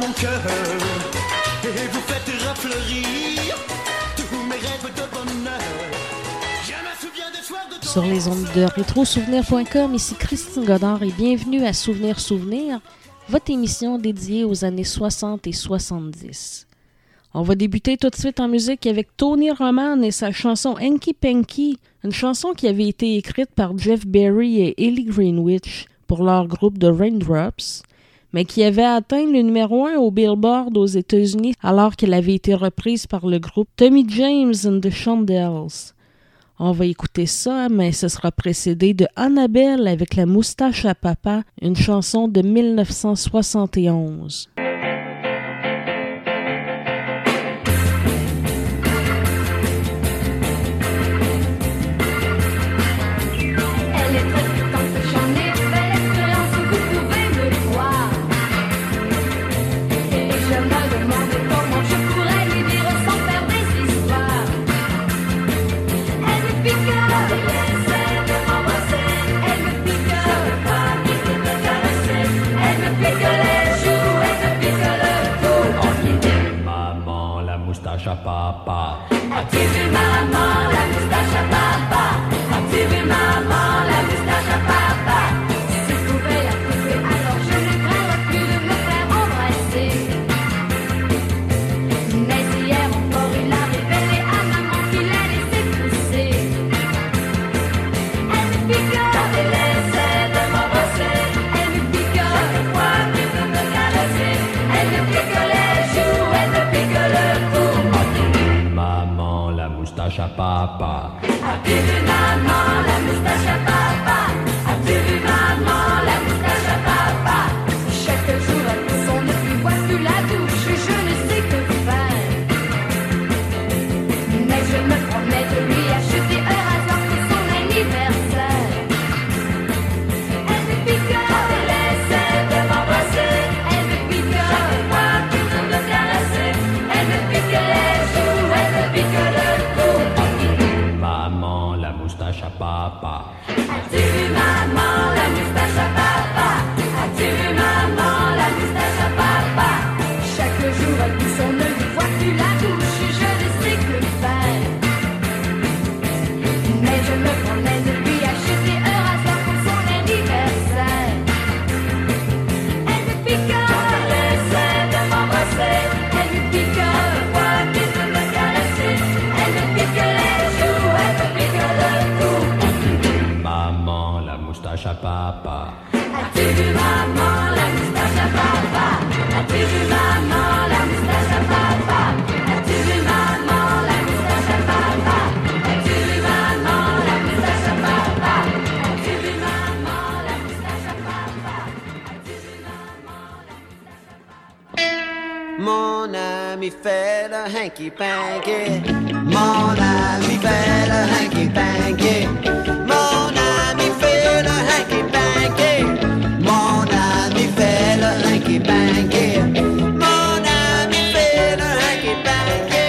mon cœur et vous faites refleurir tous mes rêves de bonheur. Je me souviens des soirs de Sur les ondes de rétrosouvenir.com, ici Christine Godard et bienvenue à Souvenir, votre émission dédiée aux années 60 et 70. On va débuter tout de suite en musique avec Tony Roman et sa chanson Hanky Panky, une chanson qui avait été écrite par Jeff Berry et Ellie Greenwich pour leur groupe The Raindrops, mais qui avait atteint le numéro 1 au Billboard aux États-Unis alors qu'elle avait été reprise par le groupe Tommy James and the Shondells. On va écouter ça, mais ce sera précédé de Annabelle avec la moustache à papa, une chanson de 1971. À papa. As-tu vu maman la moustache à papa? As-tu vu maman la moustache à papa? Si je pouvais la couper, alors je ne craindrais plus de me faire embrasser. Mais hier encore il a révélé à maman qu'il a laissé pousser. Elle me pique quand elle essaie de m'embrasser. Elle me pique chaque fois qu'il veut me caresser. Elle me pique les joues, elle me pique le cou. Moustache à papa. As-tu vu maman la moustache à papa? As-tu vu maman la moustache à papa? Chaque jour elle pousse, on ne lui voit plus la douche, je ne sais que faire. Mais je me promets de lui acheter un rasoir pour son anniversaire. Elle me pique quand elle essaie de m'embrasser. Elle me pique chaque fois qu'il veut me caresser. Elle me pique les joues, elle me pique le Maman, la moustache à papa. As-tu vu maman la moustache à papa? As-tu vu maman la moustache à papa? Chaque jour elle pousse, on ne lui voit plus la douche, je ne sais que faire. Mais je me promets de lui acheter un rasoir pour son anniversaire. Elle me pique quand elle essaie de m'embrasser. Elle me pique chaque fois qu'il veut me caresser. Elle me pique les joues, elle me pique le cou. Maman, la moustache à papa. As-tu vu maman la moustache à papa? As-tu vu maman la moustache à papa? As-tu vu maman la moustache à papa? As-tu vu maman la moustache à papa? As-tu vu maman la moustache à papa? As-tu vu maman la moustache à papa? Mon ami fait le hanky-panky. Mon ami fait le hanky-panky. Mon ami fait le hanky-panky. Mon ami fait le hanky-panky. Mon ami fait le hanky-panky.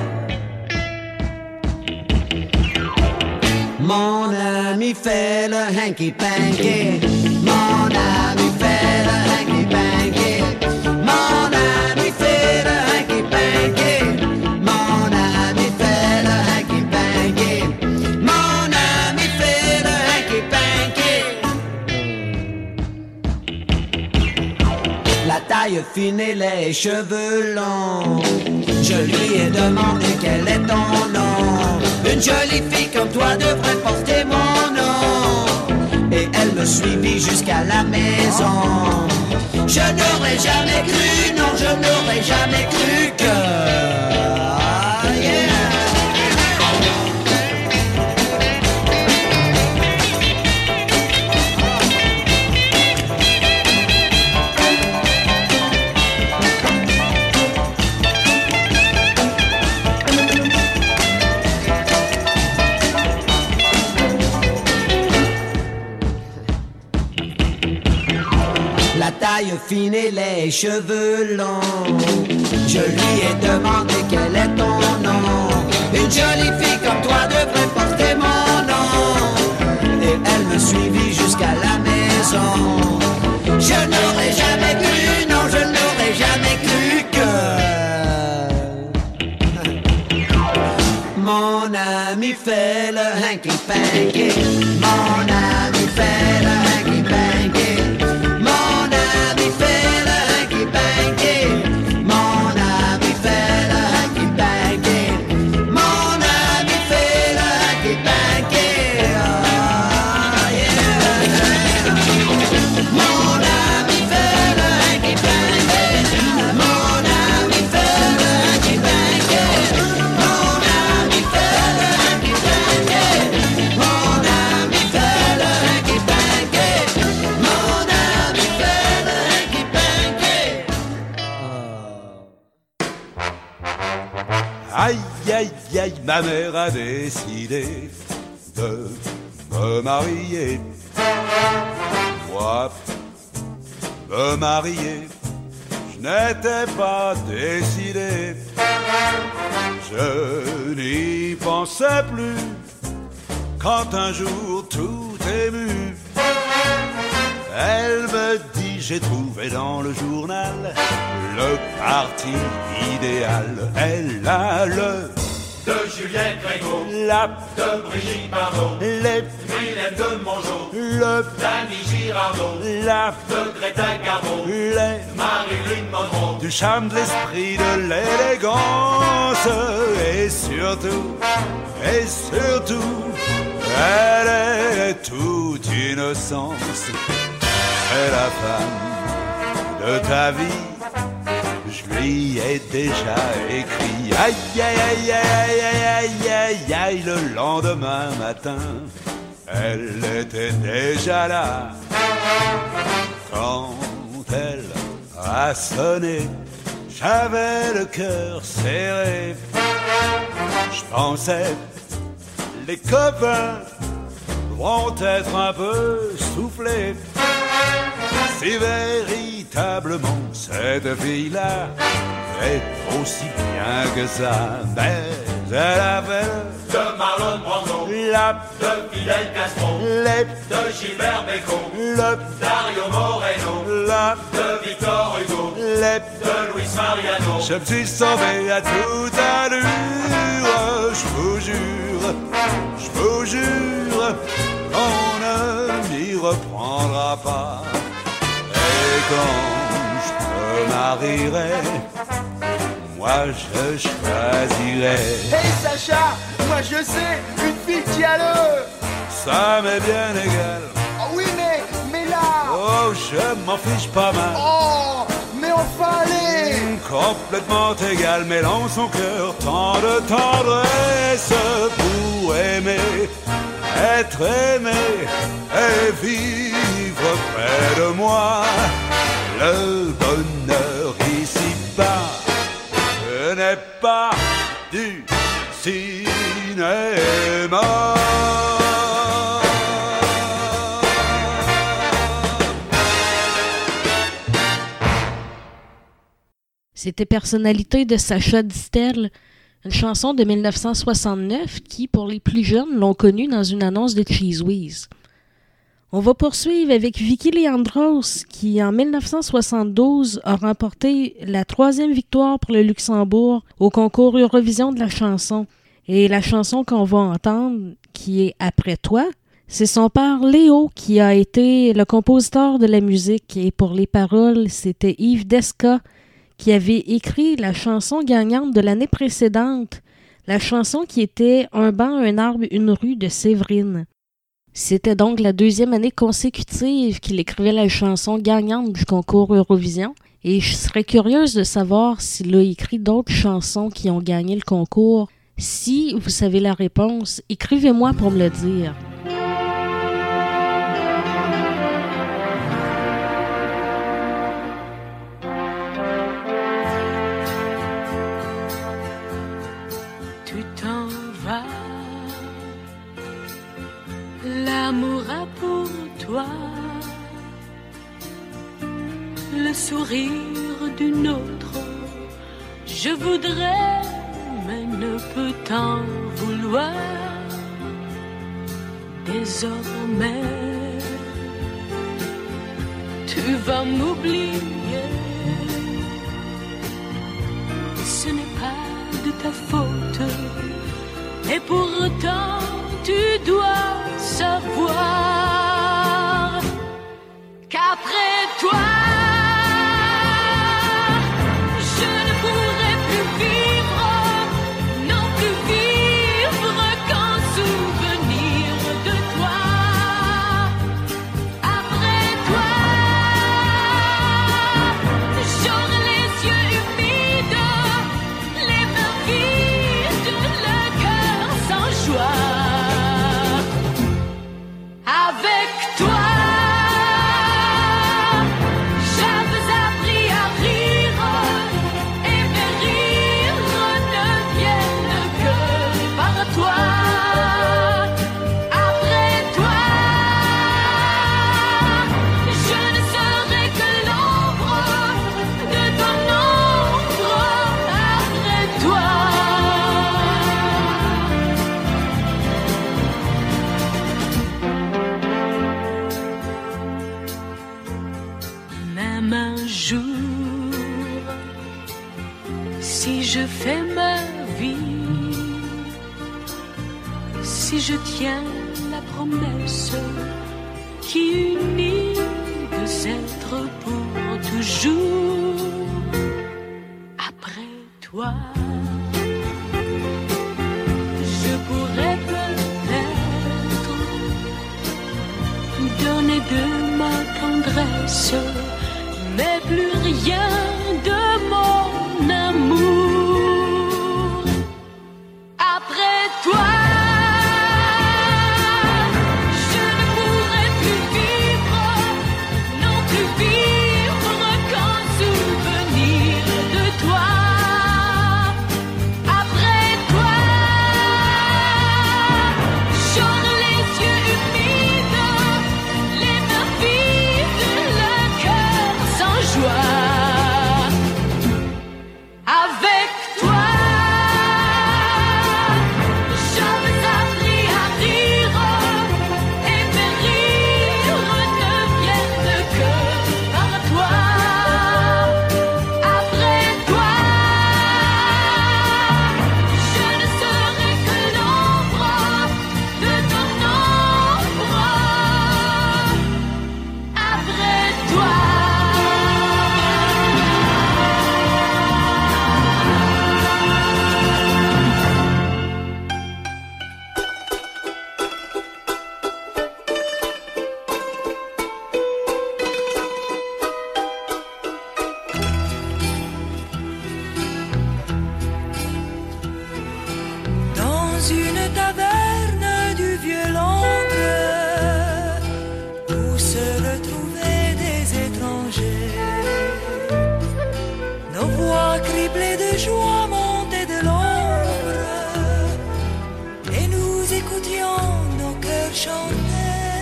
Mon ami fait le hanky-panky. Mon ami fait le hanky-panky. Mon ami fait le hanky-panky. Mon ami fait le hanky-panky. Mon ami fait le hanky-panky. La taille fine et les cheveux longs. Je lui ai demandé quel est ton nom. Une jolie fille comme toi devrait porter mon nom. Et elle me suivit jusqu'à la maison. Je n'aurais jamais cru, non, je n'aurais jamais cru que... Ah, yeah. La taille fine et les cheveux longs. Je lui ai demandé quel est ton nom. Une jolie fille comme toi devrait porter mon nom. Et elle me suivit jusqu'à la maison. Je n'aurais jamais cru, non, je n'aurais jamais cru ami fait le hanky-panky. Mon ami fait le hanky-panky. Mon ami fait le hanky-panky. Mon ami fait le hanky-panky. Mon ami fait le hanky-panky. Oh, yeah. Mon ami fait le hanky-panky. Mon ami fait le hanky-panky. Mon ami fait le hanky-panky. Mon ami fait le hanky-panky. Mon ami fait le hanky-panky. Aïe, aïe, aïe, ma mère a décidé de me marier. Moi, me marier, je n'étais pas décidé. Je n'y pensais plus quand un jour tout ému, elle me dit j'ai trouvé dans le journal le parti idéal. Elle a le De Juliette Grégo, la de Brigitte Bardot, les Mylène de Mongeau, le Dany Girardot, la de Greta Garbo, les Marilyn Monroe, du charme, de l'esprit, de l'élégance et surtout, elle est toute innocence. C'est la femme de ta vie, je lui ai déjà écrit. Aïe, aïe, aïe, aïe, aïe, aïe, aïe, aïe, le lendemain matin, elle était déjà là. Quand elle a sonné, j'avais le cœur serré. Je pensais, les copains vont être un peu soufflés. Si véritablement cette fille-là est aussi bien que ça, mais elle avait de Marlon Brando, la de Fidel Castro, les de Gilbert Bécaud, le Dario Moreno, la de Victor Hugo, les de Luis Mariano. je me suis sauvé à toute allure, je vous jure, on ne m'y reprendra pas. Et quand je me marierai, moi je choisirai. Hey Sacha, moi je sais, une fille qui a le... Ça m'est bien égal, Oh oui mais là... oh je m'en fiche pas mal. Oh, mais enfin allez. Complètement égal, mêlant son cœur tant de tendresse pour aimer, être aimé et vivre près de moi. Le bonheur ici-bas n'est pas du cinéma. C'était Personnalité de Sacha Distel, une chanson de 1969 qui, pour les plus jeunes, l'ont connue dans une annonce de Cheese Whiz. On va poursuivre avec Vicky Leandros qui, en 1972, a remporté la 3e victoire pour le Luxembourg au concours Eurovision de la chanson. Et la chanson qu'on va entendre, qui est « Après toi », c'est son père Léo qui a été le compositeur de la musique. Et pour les paroles, c'était Yves Desca qui avait écrit la chanson gagnante de l'année précédente, la chanson qui était « Un banc, un arbre, une rue » de Séverine. C'était donc la 2e année consécutive qu'il écrivait la chanson gagnante du concours Eurovision, et je serais curieuse de savoir s'il a écrit d'autres chansons qui ont gagné le concours. Si vous savez la réponse, écrivez-moi pour me le dire. L'amour a pour toi le sourire d'une autre. Je voudrais, mais ne peux t'en vouloir. Désormais, tu vas m'oublier. Et ce n'est pas de ta faute. Et pourtant tu dois savoir qu'après toi je ne pourrai plus vivre, non plus vivre qu'en souvenir de toi. Après toi j'aurai les yeux humides, les mains vides, le cœur sans joie. Avec toi j'avais appris à rire, et mes rires ne viennent que par toi. Après toi je ne serai que l'ombre de ton ombre. Après toi même un jour, si je fais ma vie, si je tiens la promesse qui unit deux êtres pour toujours. Après toi je pourrais peut-être donner de ma tendresse, mais plus rien de mon amour. Après toi je ne pourrai plus vivre, non plus vivre qu'en souvenir de toi. Après toi j'aurai les yeux humides, les mains vides, le cœur sans joie. Avec toi j'avais appris à rire, et mes rires ne viennent que par toi. Après toi je ne serai que l'ombre de ton ombre. Après toi Dans une taverne du vieux Londres, où se retrouvaient des étrangers, nos voix criblées de joie montaient de l'ombre, et nous écoutions nos cœurs chanter.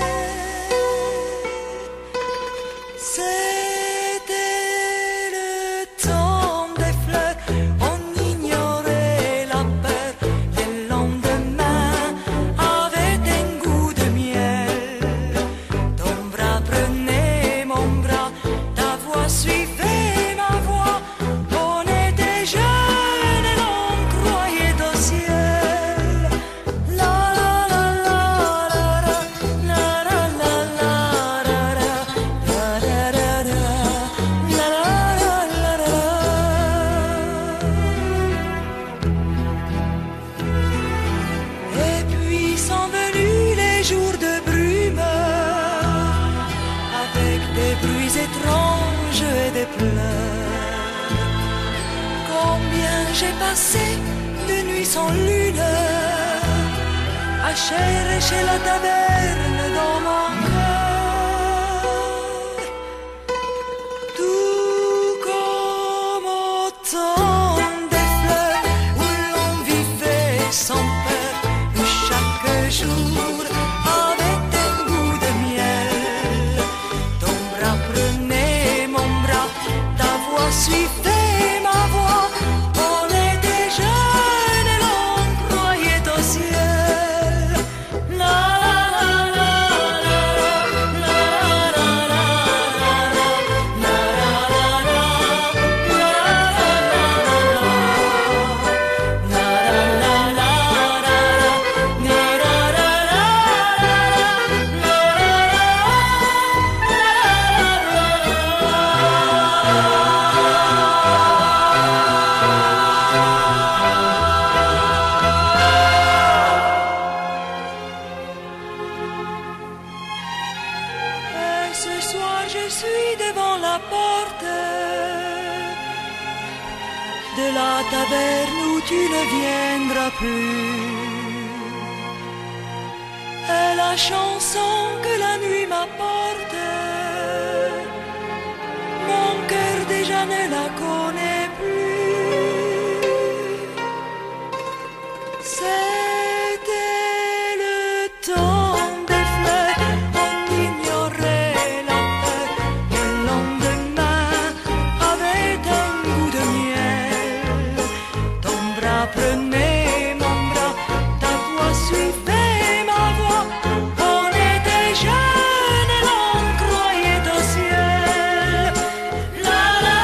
C'était le temps des fleurs, on ignorait la peur. Les lendemains avaient un goût de miel. Ton bras prenait mon bras, ta voix suivait ma voix. On était jeunes et l'on croyait au ciel. La la la la la la la la la la la la la. Et puis sont venus les jours de brume, avec des bruits étranges et des pleurs. Combien j'ai passé de nuits sans lune, à chercher la taverne dans mon cœur. Tout comme au temps des fleurs où l'on vivait sans peur, où chaque jour avait un goût de miel. Ton bras prenait mon bras, ta voix suivait ma voix. On était jeunes et l'on croyait au ciel. La la la la la taverne où tu ne viendras plus. Et la chanson que la nuit m'apporte, mon cœur déjà ne la connaît plus. C'était le temps des fleurs, on ignorait la peur. Le lendemain avait un goût de miel. Ton bras prenait mon bras, ta voix suivait ma voix. On était jeunes et l'on croyait au ciel. La la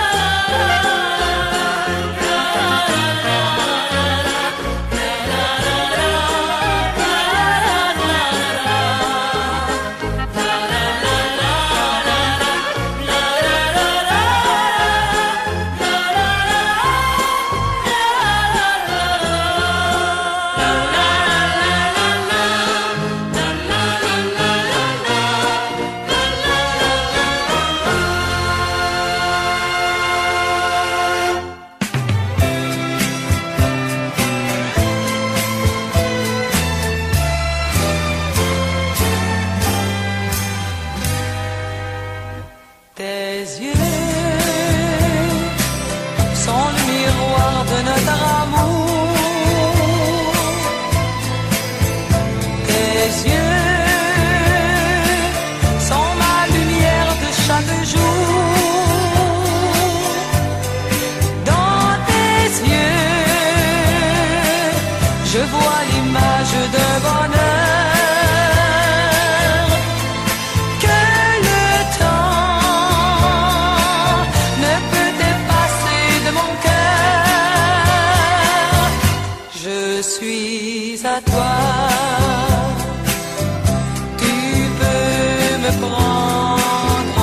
Tes yeux sont le miroir de notre amour. Tes yeux sont ma lumière de chaque jour. Dans tes yeux, je vois l'image d'un bonheur que le temps ne peut effacer de mon cœur. Je suis à toi, tu peux me prendre,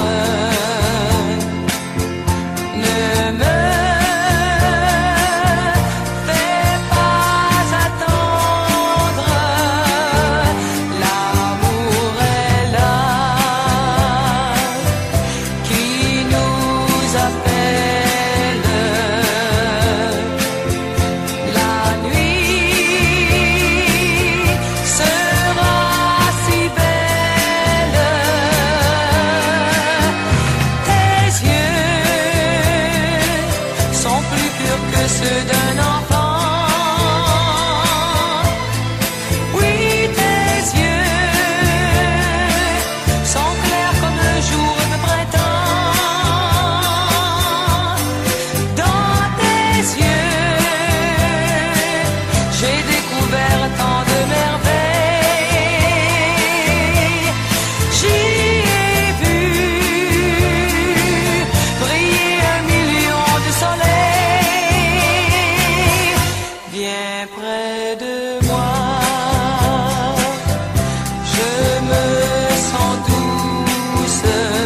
ne me fais pas attendre. L'amour est là, qui nous appelle. La nuit sera si belle. Tes yeux sont plus purs que ceux d'un enfant. Oui, tes yeux sont clairs comme le jour de printemps. Dans tes yeux, j'ai découvert tant de merveilles. J'y ai vu briller 1 million de soleils. Viens près de moi, je me sens douce.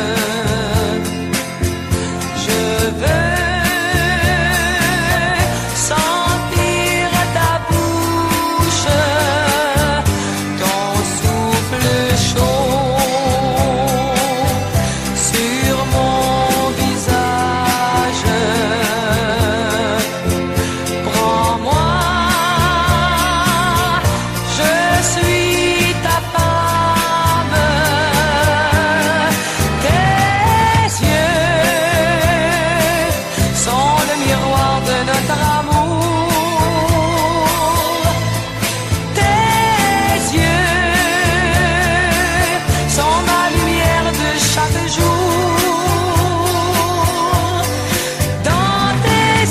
Je veux sentir ta bouche, ton souffle chaud sur mon visage. Prends-moi, je suis ta femme. Tes yeux sont le miroir de notre amour. Tes yeux sont ma lumière de chaque jour. Dans tes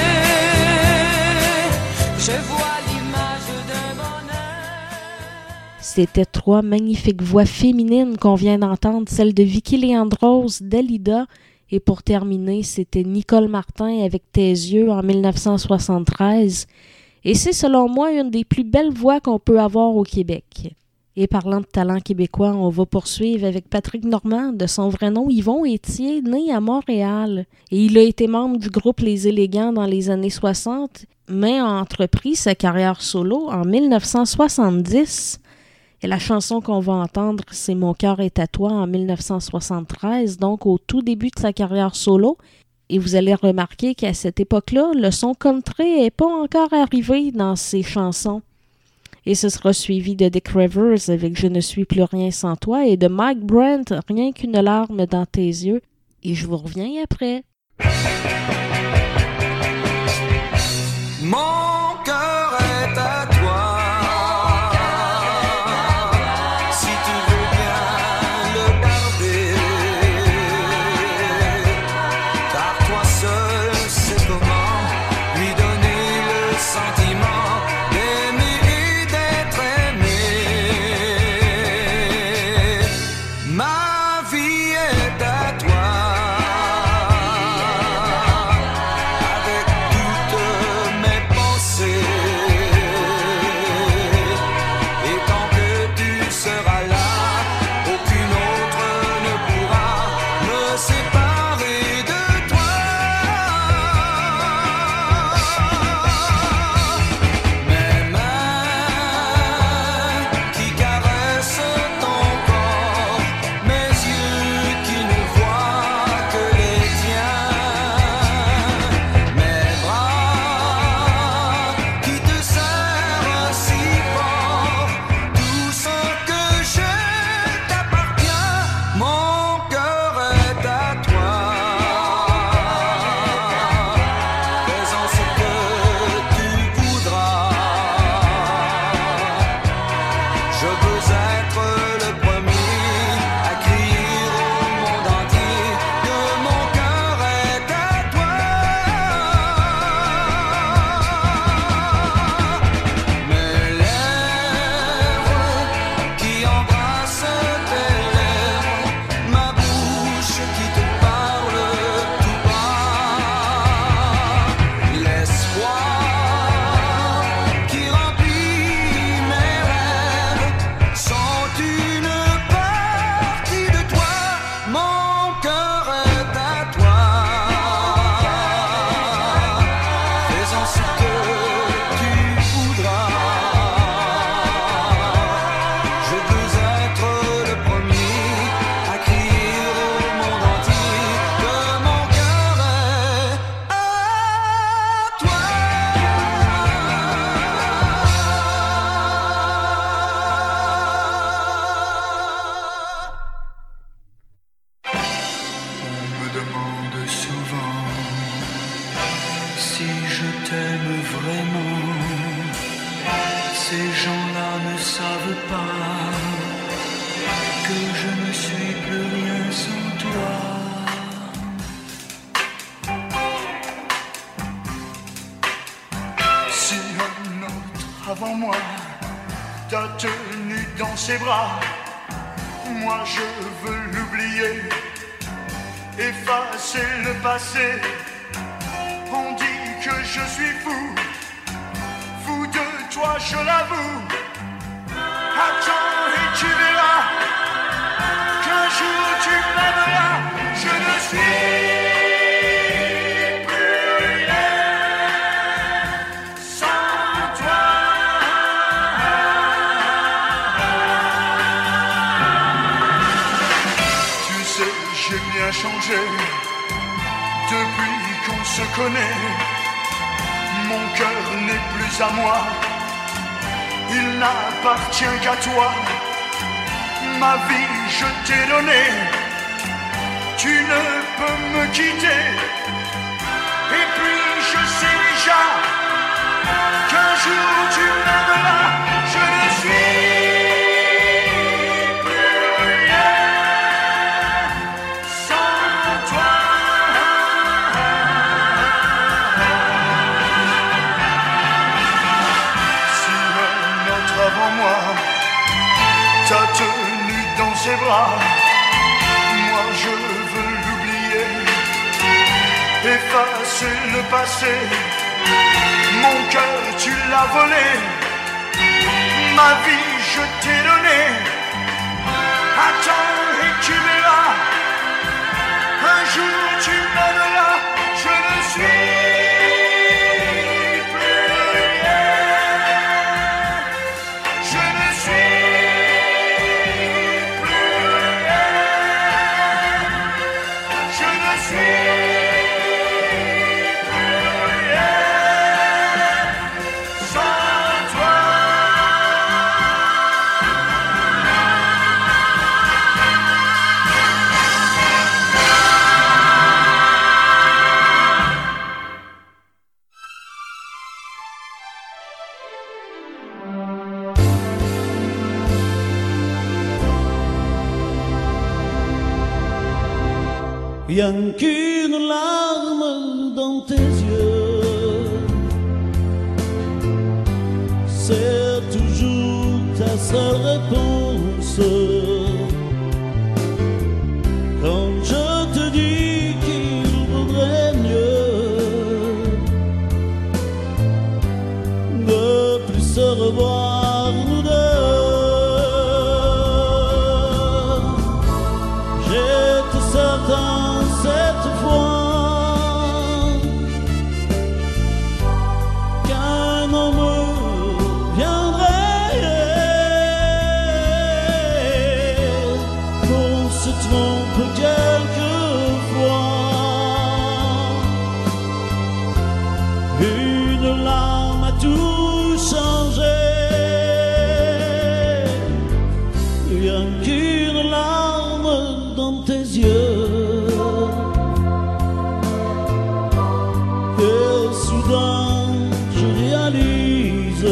yeux, je vois l'image d'un bonheur. C'était 3 magnifiques voix féminines qu'on vient d'entendre, celle de Vicky Leandros, Dalida, et pour terminer, c'était Nicole Martin avec Tes yeux en 1973. Et c'est selon moi une des plus belles voix qu'on peut avoir au Québec. Et parlant de talent québécois, on va poursuivre avec Patrick Normand, de son vrai nom Yvon Étier, né à Montréal. Et il a été membre du groupe Les Élégants dans les années 60, mais a entrepris sa carrière solo en 1970. Et la chanson qu'on va entendre, c'est Mon cœur est à toi en 1973, donc au tout début de sa carrière solo. Et vous allez remarquer qu'à cette époque-là, le son country n'est pas encore arrivé dans ses chansons. Et ce sera suivi de Dick Rivers avec « Je ne suis plus rien sans toi » et de Mike Brent « Rien qu'une larme dans tes yeux ». Et je vous reviens après. Mon cœur est à toi. Si tu veux bien le garder, car toi seul sais comment lui donner le sentiment d'aimer et d'être aimé. Ma vie est à toi. Moi je veux l'oublier, effacer le passé. On dit que je suis fou, fou de toi je l'avoue. Attends et tu verras qu'un jour tu m'aimeras. Je ne suis changé depuis qu'on se connaît. Mon cœur n'est plus à moi, il n'appartient qu'à toi. Ma vie je t'ai donnée, tu ne peux me quitter. Et puis je sais déjà qu'un jour tu m'aimeras. Je ne suis t'as tenu dans ses bras, moi je veux l'oublier, effacer le passé. Mon cœur tu l'as volé, ma vie je t'ai donné. Attends et tu verras, un jour tu m'aimeras. Je ne suis rien qu'une larme dans tes yeux. C'est toujours ta seule réponse. Quand je te dis qu'il vaudrait mieux ne plus se revoir nous deux. J'étais certain cette fois qu'un homme viendrait. Qu'on se trompe quelquefois. Une larme a tout changé. Rien qu'une larme dans tes yeux. Et soudain je réalise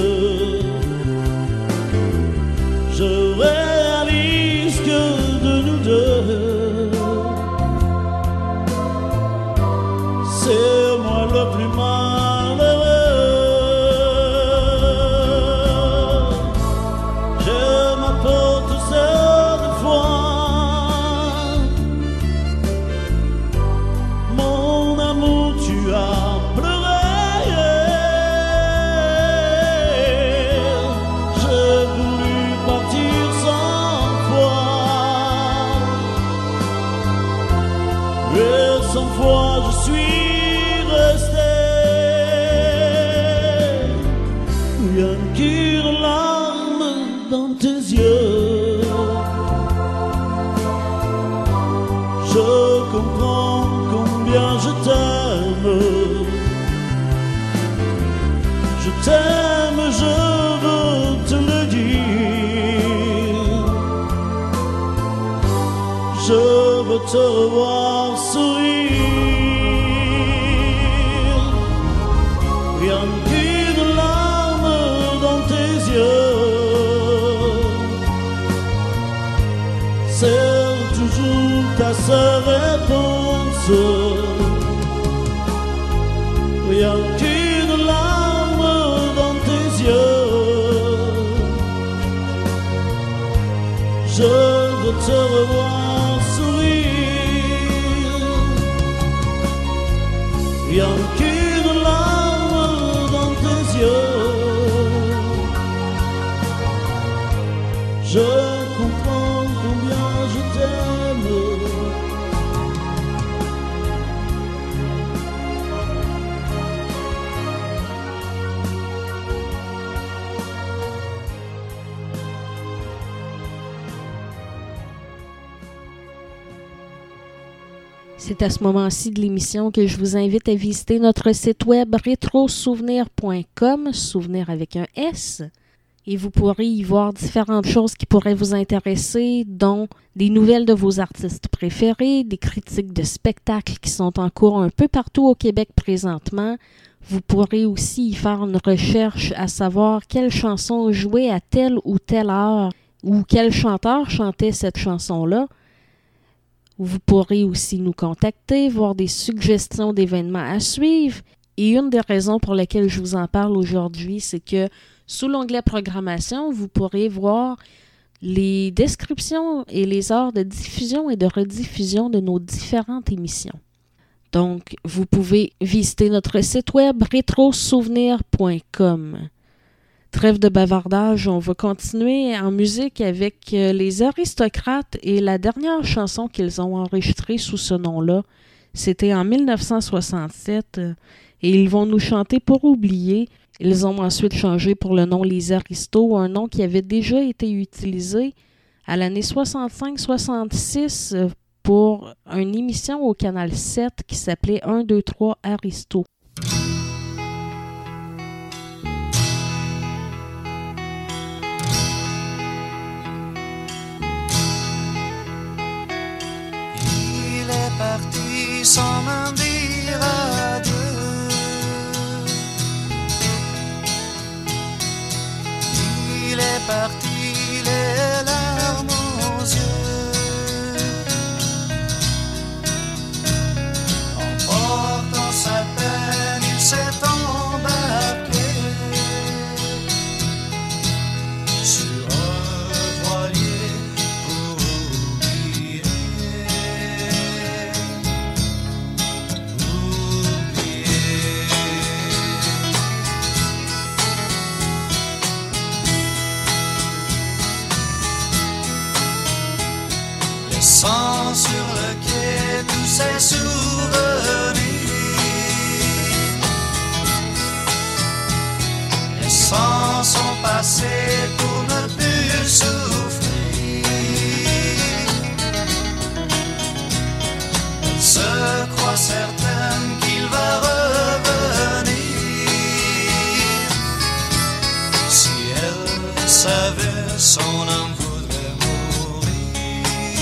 que de nous deux c'est moi le plus malheureux. Je m'apporte cette fois mon amour, tu as pleuré. J'ai voulu partir sans foi, et sans foi je suis resté. Rien qu'une larme dans tes yeux. Je comprends combien je t'aime. Je t'aime, je veux te le dire. Je veux te revoir sourire. Rien qu'une larme dans tes yeux. C'est toujours ta seule réponse. Rien qu'une larme dans tes yeux. Je veux te revoir sourire. Rien qu'une larme dans tes yeux. Je comprends combien je t'aime. C'est à ce moment-ci de l'émission que je vous invite à visiter notre site web retrosouvenir.com, souvenir avec un S, et vous pourrez y voir différentes choses qui pourraient vous intéresser, dont des nouvelles de vos artistes préférés, des critiques de spectacles qui sont en cours un peu partout au Québec présentement. Vous pourrez aussi y faire une recherche à savoir quelle chanson jouait à telle ou telle heure ou quel chanteur chantait cette chanson-là. Vous pourrez aussi nous contacter, voir des suggestions d'événements à suivre. Et une des raisons pour lesquelles je vous en parle aujourd'hui, c'est que sous l'onglet programmation, vous pourrez voir les descriptions et les heures de diffusion et de rediffusion de nos différentes émissions. Donc, vous pouvez visiter notre site web retrosouvenir.com. Trêve de bavardage, on va continuer en musique avec les Aristocrates et la dernière chanson qu'ils ont enregistrée sous ce nom-là, c'était en 1967 et ils vont nous chanter Pour oublier. Ils ont ensuite changé pour le nom Les Aristos, un nom qui avait déjà été utilisé à l'année 65-66 pour une émission au Canal 7 qui s'appelait 1, 2, 3 Aristo. Parti sans m'en dire adieu. Il est parti les larmes aux yeux. assez pour ne plus souffrir. Elle se croit certaine qu'il va revenir. Si elle savait, son âme voudrait mourir.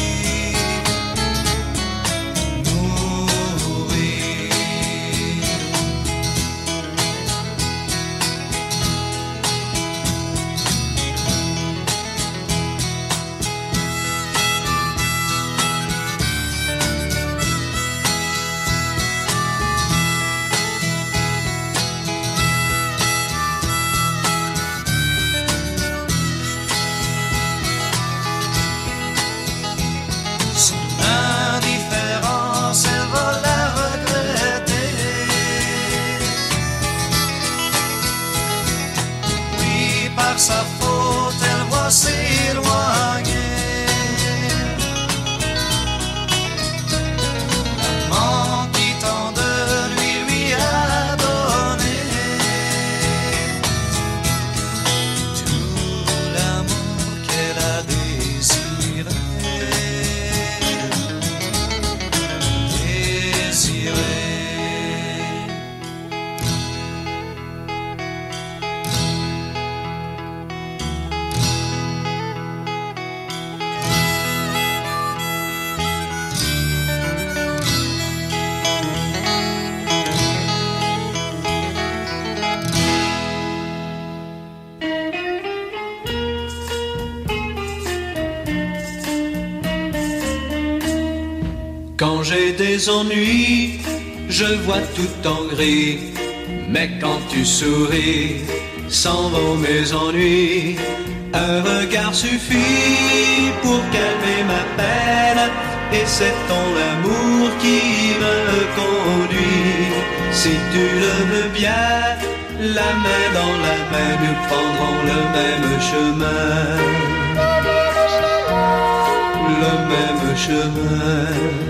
Son indifférence, elle va la regretter. Oui, par sa faute, elle va s'éloigner. L'amant qui tant de lui a donné tout l'amour qu'elle a désiré. Quand j'ai des ennuis, je vois tout en gris. Mais quand tu souris, s'en vont mes ennuis. Un regard suffit pour calmer ma peine. Et c'est ton amour qui me conduit. Si tu le veux bien, la main dans la main, nous prendrons le même chemin. Le même chemin.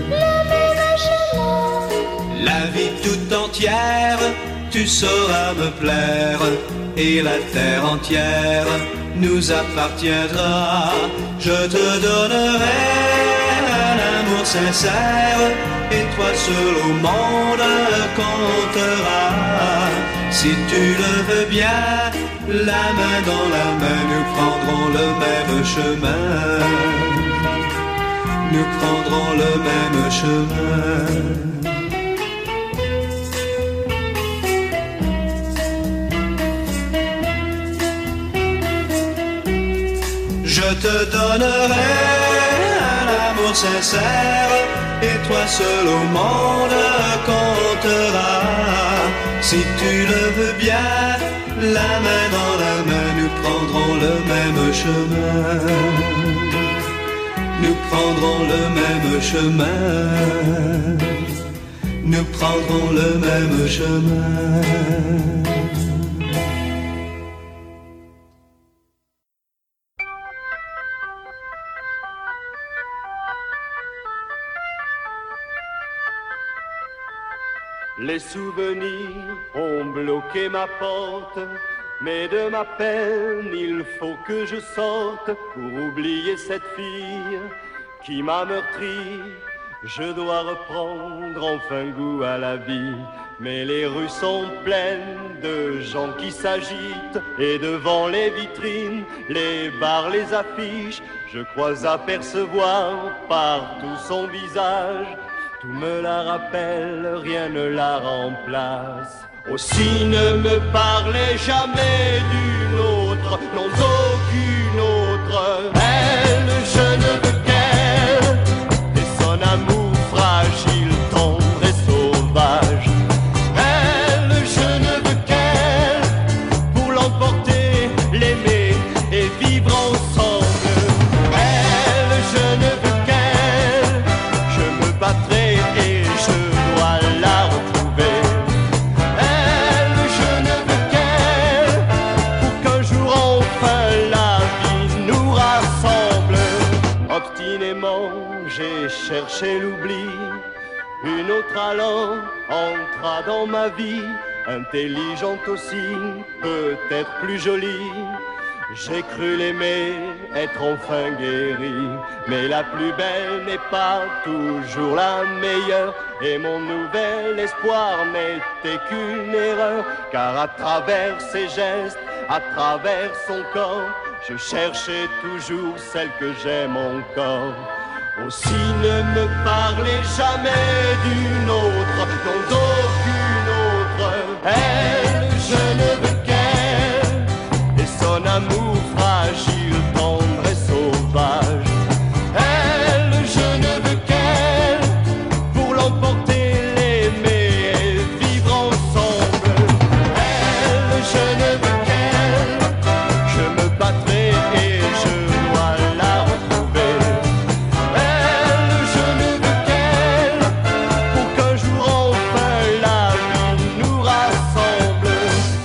La vie tout entière, tu sauras me plaire, et la terre entière nous appartiendra. Je te donnerai un amour sincère, et toi seul au monde compteras. Si tu le veux bien, la main dans la main, nous prendrons le même chemin. Nous prendrons le même chemin. Je te donnerai un amour sincère, et toi seul au monde compteras. Si tu le veux bien, la main dans la main, nous prendrons le même chemin. Nous prendrons le même chemin. Nous prendrons le même chemin. Les souvenirs ont bloqué ma porte, mais de ma peine il faut que je sorte pour oublier cette fille qui m'a meurtri. Je dois reprendre enfin goût à la vie, mais les rues sont pleines de gens qui s'agitent, et devant les vitrines, les bars, les affiches, je crois apercevoir partout son visage. Tout me la rappelle, rien ne la remplace. Aussi ne me parlez jamais d'une autre, non d'aucune autre. Elle, je ne veux qu'elle, et son amour fragile, tendre et sauvage. Elle, je ne veux qu'elle, pour l'emporter, l'aimer et vivre ensemble. Elle, je ne veux qu'elle, je me battrai. J'ai cherché l'oubli, une autre alors entra dans ma vie, intelligente aussi, peut-être plus jolie. J'ai cru l'aimer, être enfin guéri, mais la plus belle n'est pas toujours la meilleure, et mon nouvel espoir n'était qu'une erreur, car à travers ses gestes, à travers son corps, je cherchais toujours celle que j'aime encore. Aussi ne me parlez jamais d'une autre, non d'aucune autre. Elle, je ne veux qu'elle, et son amour fragile, tendre et sauvage. Elle, je ne veux qu'elle, pour l'emporter, l'aimer et vivre ensemble. Elle, je ne veux qu'elle, je me battrai et je dois la retrouver. Elle, je ne veux qu'elle, pour qu'un jour enfin la vie nous rassemble.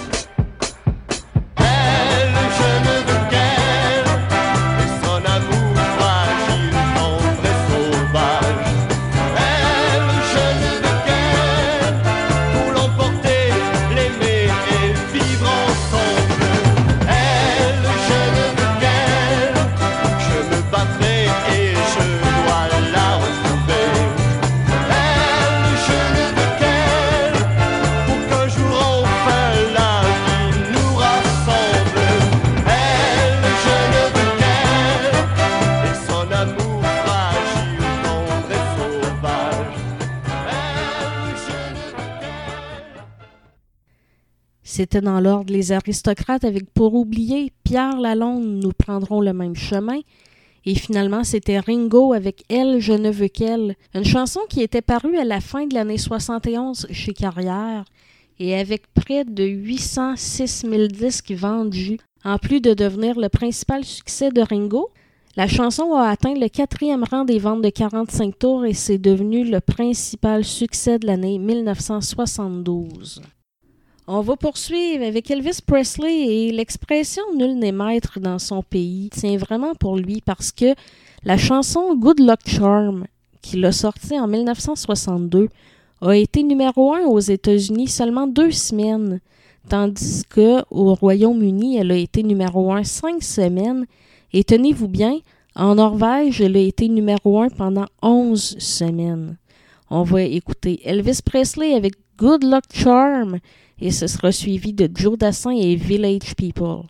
Elle, je ne veux qu'elle, et son amour fragile, tendre et sauvage. Elle, je ne veux qu'elle, pour l'emporter, l'aimer et vivre ensemble. Elle, je ne veux qu'elle, je me battrai et je dois la retrouver. Elle, je ne veux qu'elle, pour qu'un jour enfin la vie nous rassemble. Elle, je ne veux qu'elle, et son amour fragile, tendre et sauvage. Elle, je ne veux qu'elle. C'était dans l'ordre Les Aristocrates avec Pour oublier, Pierre Lalonde, Nous prendrons le même chemin. Et finalement, c'était Ringo avec Elle, je ne veux qu'elle. Une chanson qui était parue à la fin de l'année 71 chez Carrière et avec près de 806 000 disques vendus. En plus de devenir le principal succès de Ringo, la chanson a atteint le 4e rang des ventes de 45 tours et c'est devenu le principal succès de l'année 1972. On va poursuivre avec Elvis Presley et l'expression « nul n'est maître dans son pays » tient vraiment pour lui parce que la chanson « Good Luck Charm » qu'il a sortie en 1962 a été numéro 1 aux États-Unis seulement 2 semaines, tandis qu'au Royaume-Uni, elle a été numéro 1 5 semaines et tenez-vous bien, en Norvège, elle a été numéro 1 pendant 11 semaines. On va écouter Elvis Presley avec « Good Luck Charm » et ce sera suivi de Joe Dassin et Village People.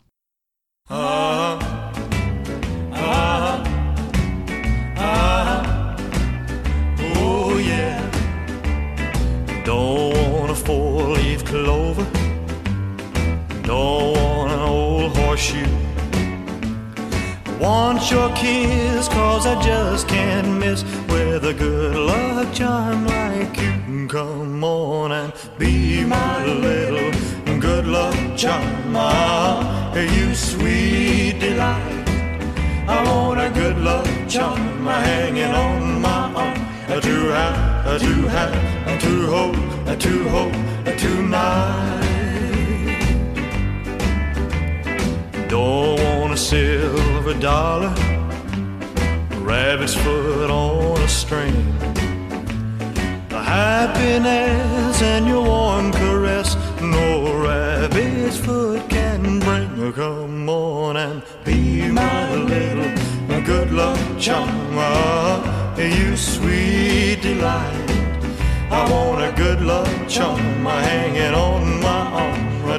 Oh yeah. Don't want a four-leaf clover. Don't want an old horseshoe. Want your kiss, 'cause I just can't miss with a good luck charm like you. Come on and be my little good luck charm. Ah, you sweet delight. I want a good luck charm hanging on my arm. To have, to hold tonight. Don't want a silver dollar, rabbit's foot on a string. The happiness and your warm caress, no rabbit's foot can bring. Come on and be my little good luck charm. You sweet delight. I want a good luck charm hanging on my arm.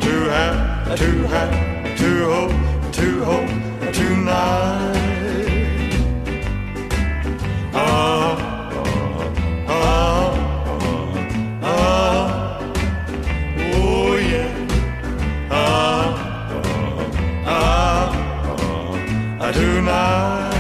To hold tonight. Oh yeah. Tonight.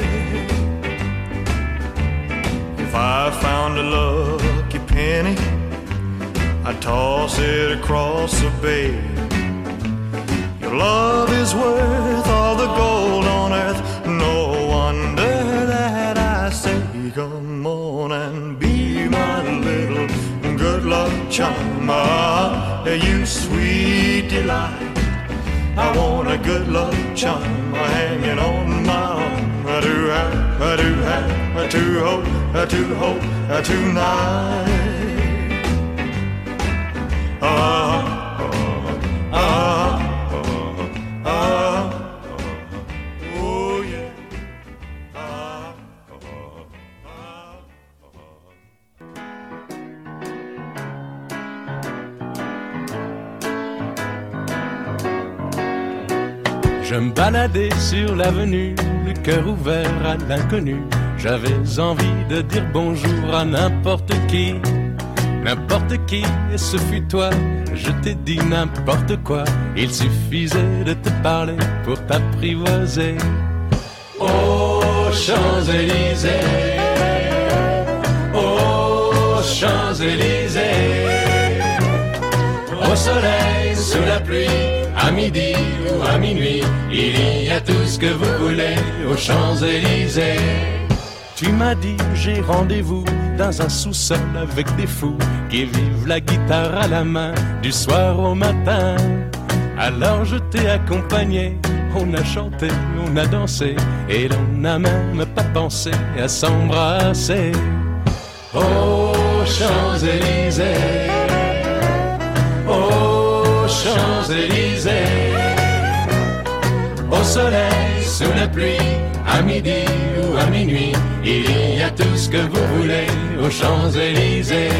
If I found a lucky penny, I'd toss it across the bay. Your love is worth all the gold on earth. No wonder that I say, come on and be my little good luck charm. You sweet delight. I want a good luck charm hanging on my arm. To hold tonight. Je me baladais sur l'avenue, le cœur ouvert à l'inconnu. J'avais envie de dire bonjour à n'importe qui, et ce fut toi. Je t'ai dit n'importe quoi, il suffisait de te parler pour t'apprivoiser. Aux Champs-Élysées, aux Champs-Élysées, au soleil, sous la pluie, à midi ou à minuit, il y a tout ce que vous voulez aux Champs-Élysées. Tu m'as dit j'ai rendez-vous dans un sous-sol avec des fous qui vivent la guitare à la main du soir au matin. Alors je t'ai accompagné, on a chanté, on a dansé et l'on n'a même pas pensé à s'embrasser. Aux Champs-Élysées, aux Champs-Élysées, au soleil, sous la pluie, à midi ou à minuit, il y a tout ce que vous voulez aux Champs-Élysées.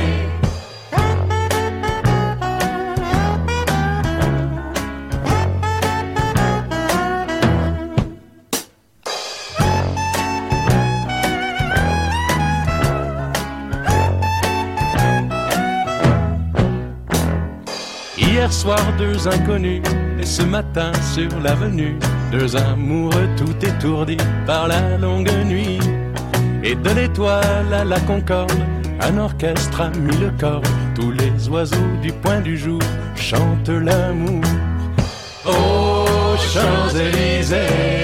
Hier soir, deux inconnus, et ce matin sur l'avenue, deux amoureux tout étourdis par la longue nuit. Et de l'étoile à la Concorde, un orchestre a mis le corps. Tous les oiseaux du point du jour chantent l'amour. Aux Champs-Élysées,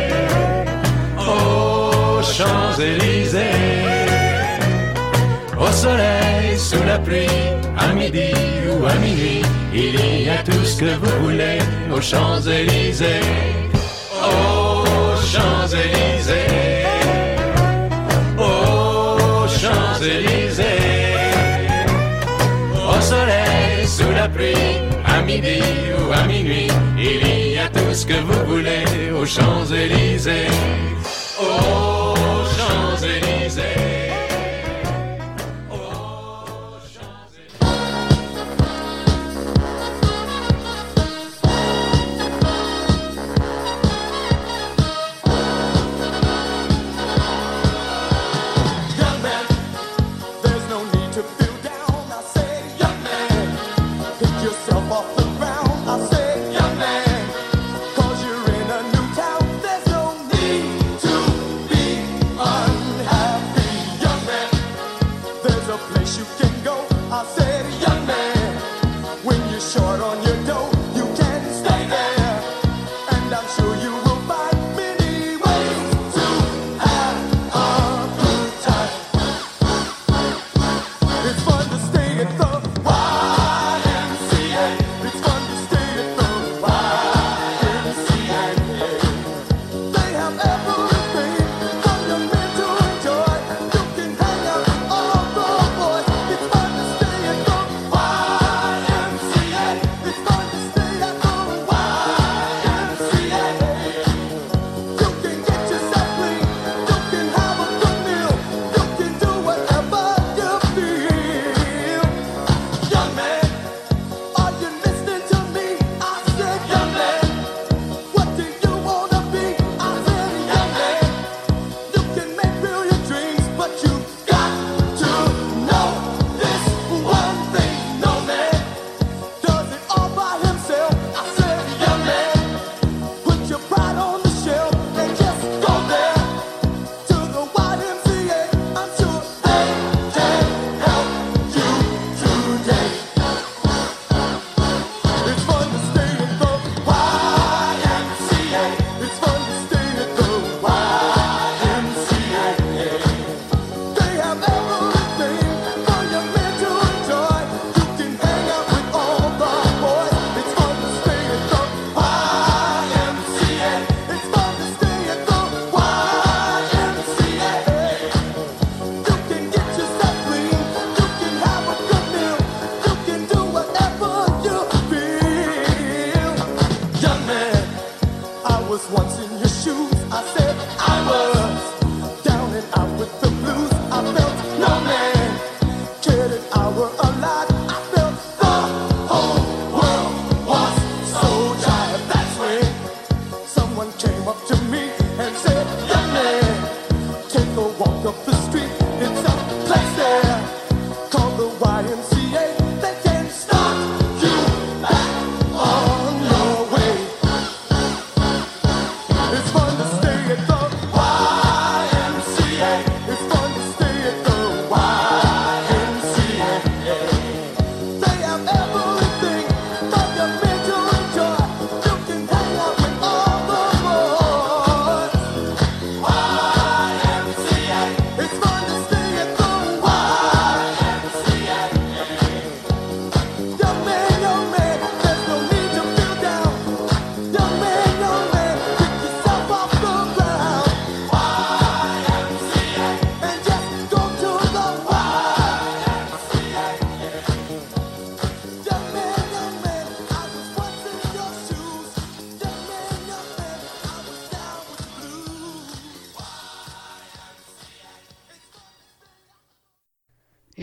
aux Champs-Élysées, au soleil, sous la pluie, à midi ou à minuit, il y a tout ce que vous voulez aux Champs-Élysées. Aux Champs-Élysées, aux Champs-Élysées, au soleil, sous la pluie, à midi ou à minuit, il y a tout ce que vous voulez aux Champs-Élysées. Aux Champs-Élysées.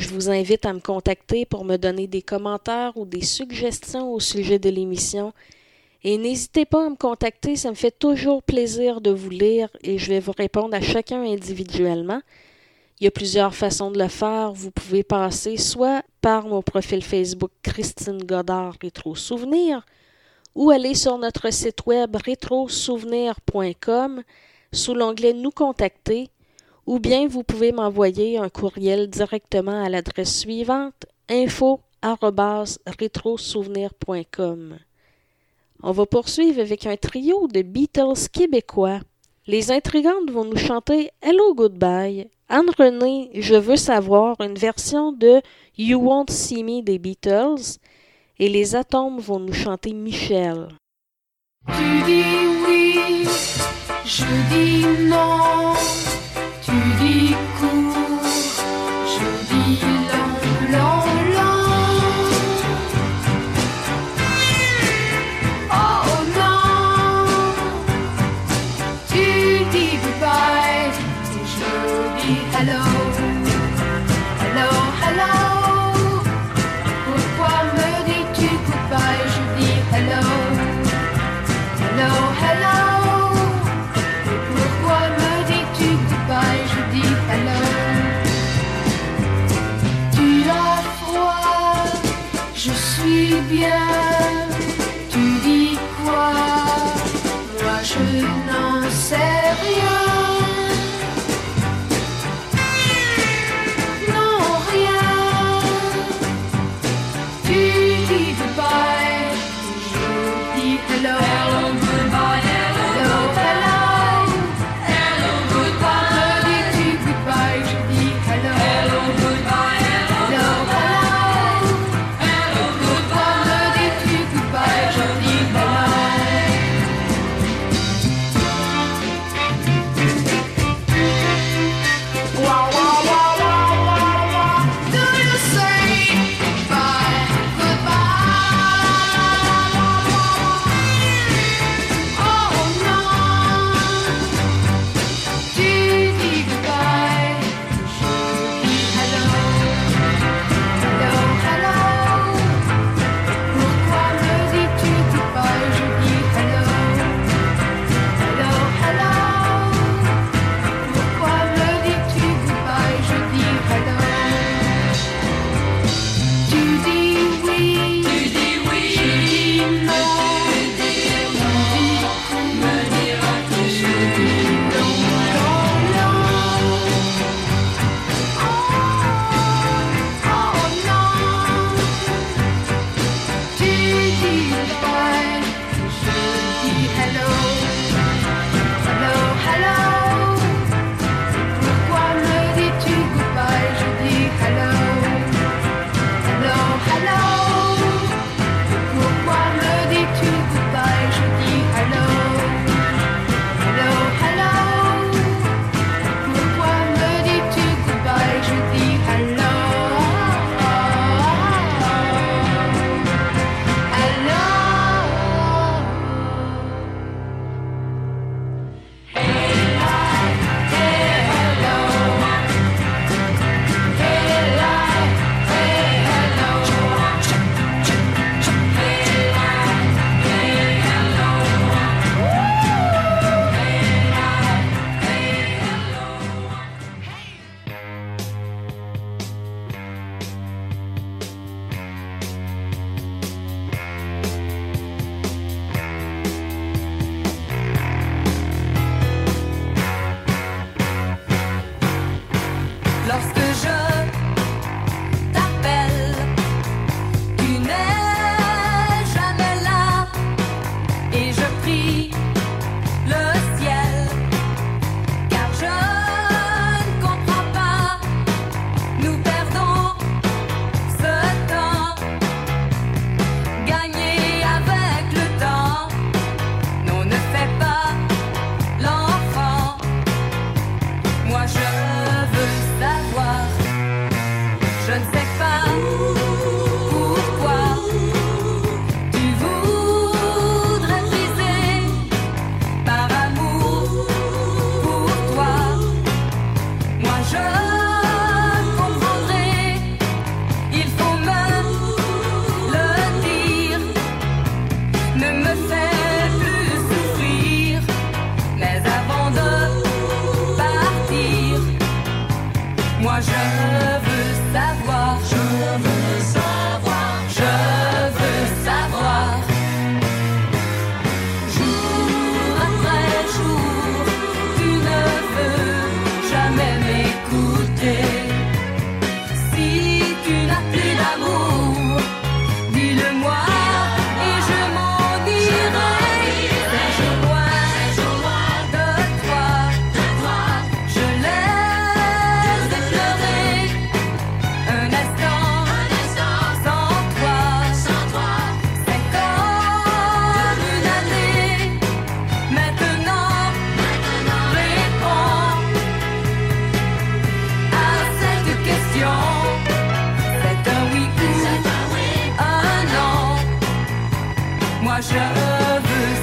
je vous invite à me contacter pour me donner des commentaires ou des suggestions au sujet de l'émission. Et n'hésitez pas à me contacter, ça me fait toujours plaisir de vous lire et je vais vous répondre à chacun individuellement. Il y a plusieurs façons de le faire. Vous pouvez passer soit par mon profil Facebook Christine Godard Rétro Souvenirs ou aller sur notre site web rétrosouvenir.com sous l'onglet Nous contacter, ou bien vous pouvez m'envoyer un courriel directement à l'adresse suivante info@rétrosouvenir.com. On va poursuivre avec un trio de Beatles québécois. Les Intrigantes vont nous chanter Hello Goodbye. Anne-Renée, Je veux savoir, une version de You Won't See Me des Beatles. Et les Atomes vont nous chanter Michel. Tu dis oui, je dis non. Tu dis court, je dis long, long, long. Oh non, tu dis goodbye et je dis hello, hello, hello. Pourquoi me dis-tu goodbye? Je dis hello, hello, hello. Pourquoi me dis-tu goodbye? Je dis hello. Tu as froid, je suis bien. Tu dis quoi? Moi je n'en sais rien. Non, rien. Tu dis goodbye, je dis hello. Hello, goodbye, hello, hello. Hello, goodbye. Me dis-tu goodbye, je dis hello. Hello, goodbye, hello, hello. Hello, goodbye. Me dis-tu goodbye, je dis hello. Wow, wow, wow, wow, wow, wow. Do you say goodbye, goodbye?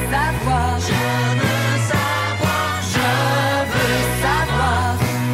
savoir. Je veux savoir. Je veux savoir.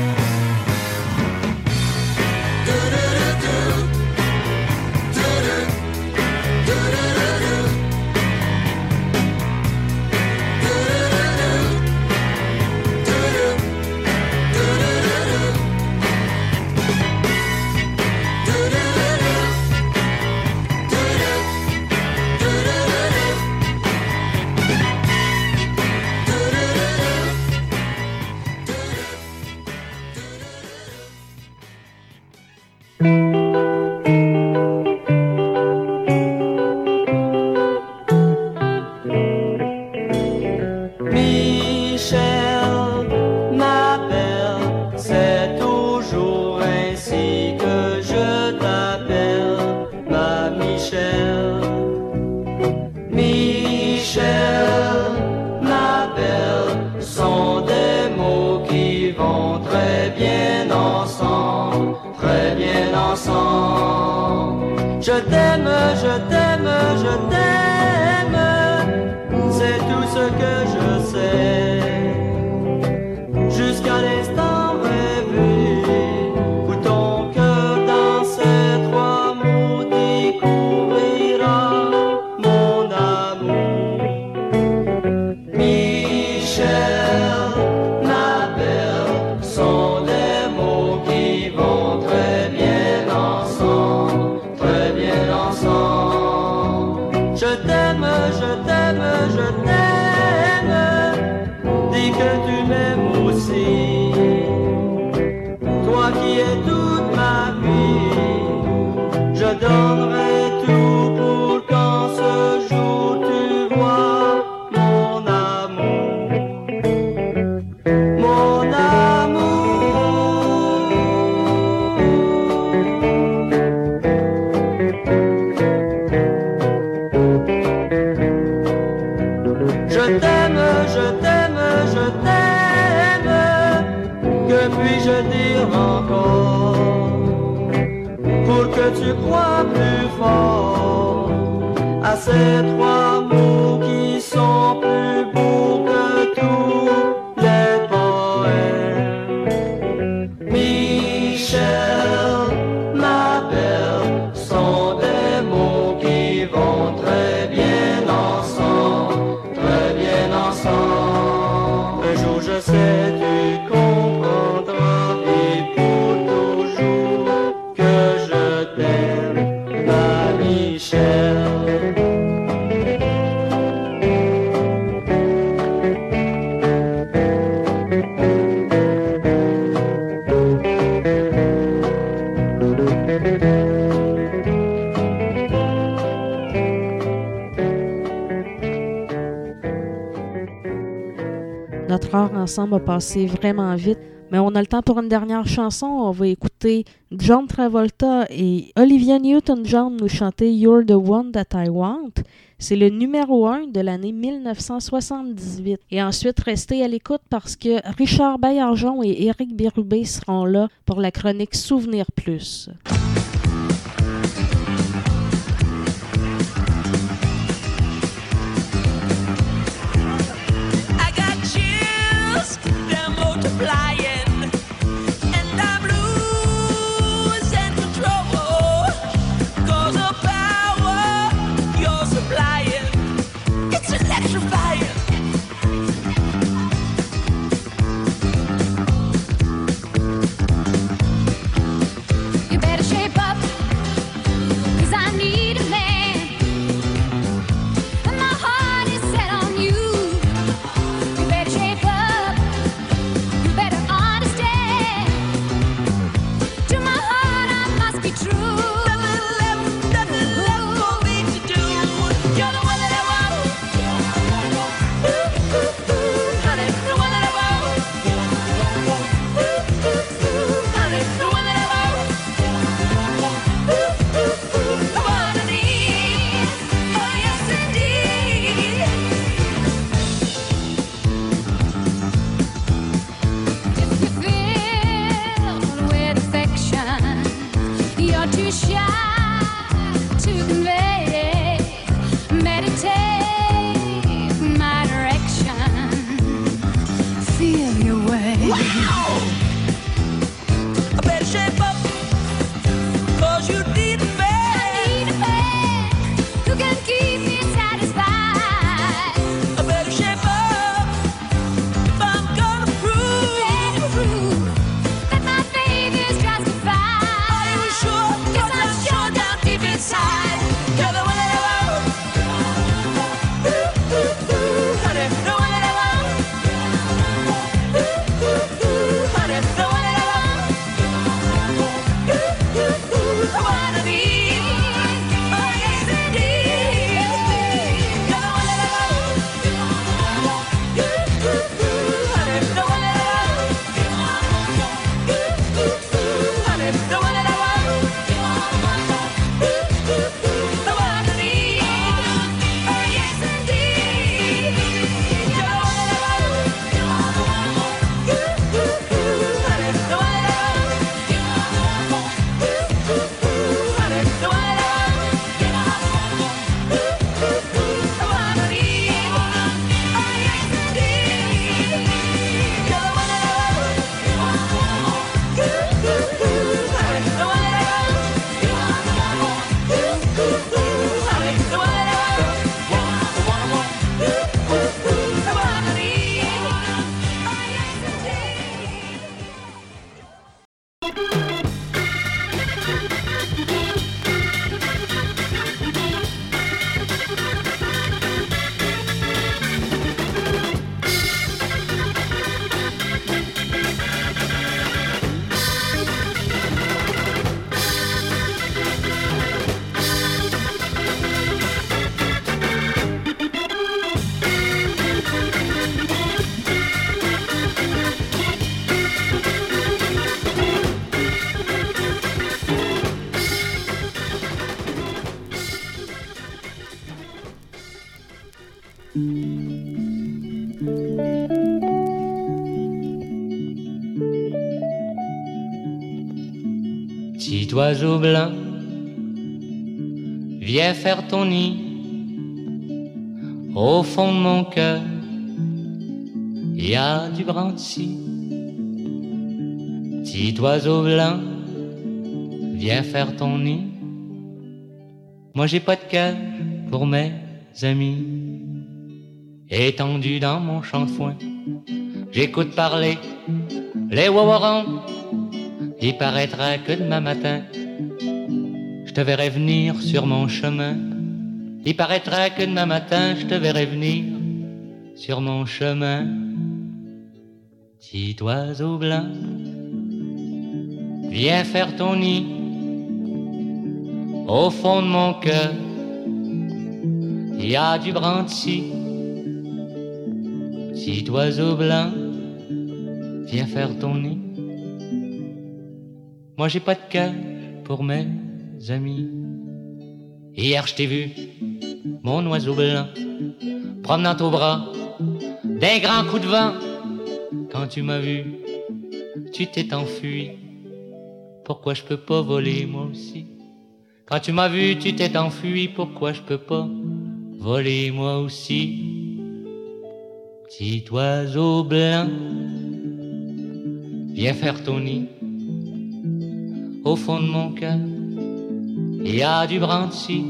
Michel m'appelle, c'est toujours ainsi que je t'appelle, ma Michel. Michel m'appelle, sont des mots qui vont très bien ensemble, très bien ensemble. Je t'aime, je t'aime, je t'aime, c'est tout ce que je sais. Jusqu'à l'instant rêvé, où ton cœur dans ces trois mots découvrira mon amour. Michel m'appelle, sont des mots qui vont très bien ensemble, très bien ensemble. Je t'aime, je t'aime, je t'aime, dis que tu m'aimes aussi. Toi qui es toute ma vie, je donnerai tout pour qu'en ce jour tu vois mon amour, mon Je t'aime, je t'aime, je t'aime, que puis-je dire encore pour que tu crois plus fort à ces trois mots qui sont plus beaux que tous les poèmes. Michel m'appelle, sont des mots qui vont très bien ensemble, très bien ensemble. Un jour je sais tu comprendras et pour toujours que je t'aime, ma Michel. Notre heure ensemble a passé vraiment vite, mais on a le temps pour une dernière chanson. On va écouter John Travolta et Olivia Newton-John nous chanter You're the One That I Want. C'est le numéro 1 de l'année 1978. Et ensuite, restez à l'écoute parce que Richard Baillargeon et Éric Bérubé seront là pour la chronique Souvenir Plus. They're multiplying, and I'm losing control. 'Cause the power you're supplying, it's electrifying. You better shake Petit oiseau blanc, viens faire ton nid au fond de mon cœur. Il y a du brandy. Petit oiseau blanc, viens faire ton nid. Moi j'ai pas de cage pour mes amis. Étendu dans mon champ de foin, j'écoute parler les wawarons. Il paraîtra que demain matin, je te verrai venir sur mon chemin. Il paraîtra que demain matin, je te verrai venir sur mon chemin. Petit oiseau blanc, viens faire ton nid au fond de mon cœur. Il y a du brandy. Petit oiseau blanc, viens faire ton nid. Moi j'ai pas de cage pour mes amis. Hier je t'ai vu, mon oiseau blanc, promenant au bras d'un grand coup de vent. Quand tu m'as vu, tu t'es enfui. Pourquoi je peux pas voler moi aussi? Quand tu m'as vu, tu t'es enfui. Pourquoi je peux pas voler moi aussi? Petit oiseau blanc, viens faire ton nid au fond de mon cœur. Il y a du brandy.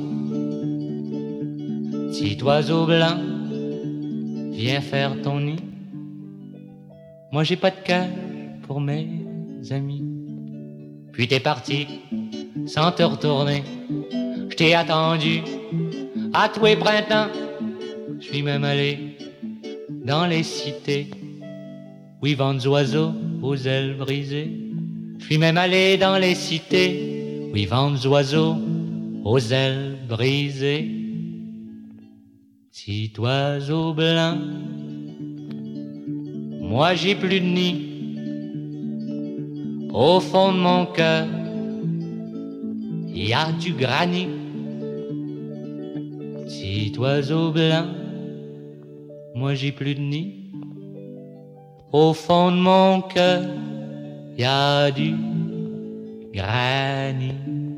Petit oiseau blanc, viens faire ton nid. Moi j'ai pas de cage pour mes amis. Puis t'es parti sans te retourner. Je t'ai attendu à tous les printemps. Je suis même allé dans les cités où ils vendent des oiseaux aux ailes brisées. Je suis même allé dans les cités où ils vendent des oiseaux aux ailes brisées. Petit oiseau blanc, moi j'ai plus de nid au fond de mon cœur. Il y a du granit. Petit oiseau blanc, moi j'ai plus de nid au fond de mon cœur. Il y a du granit.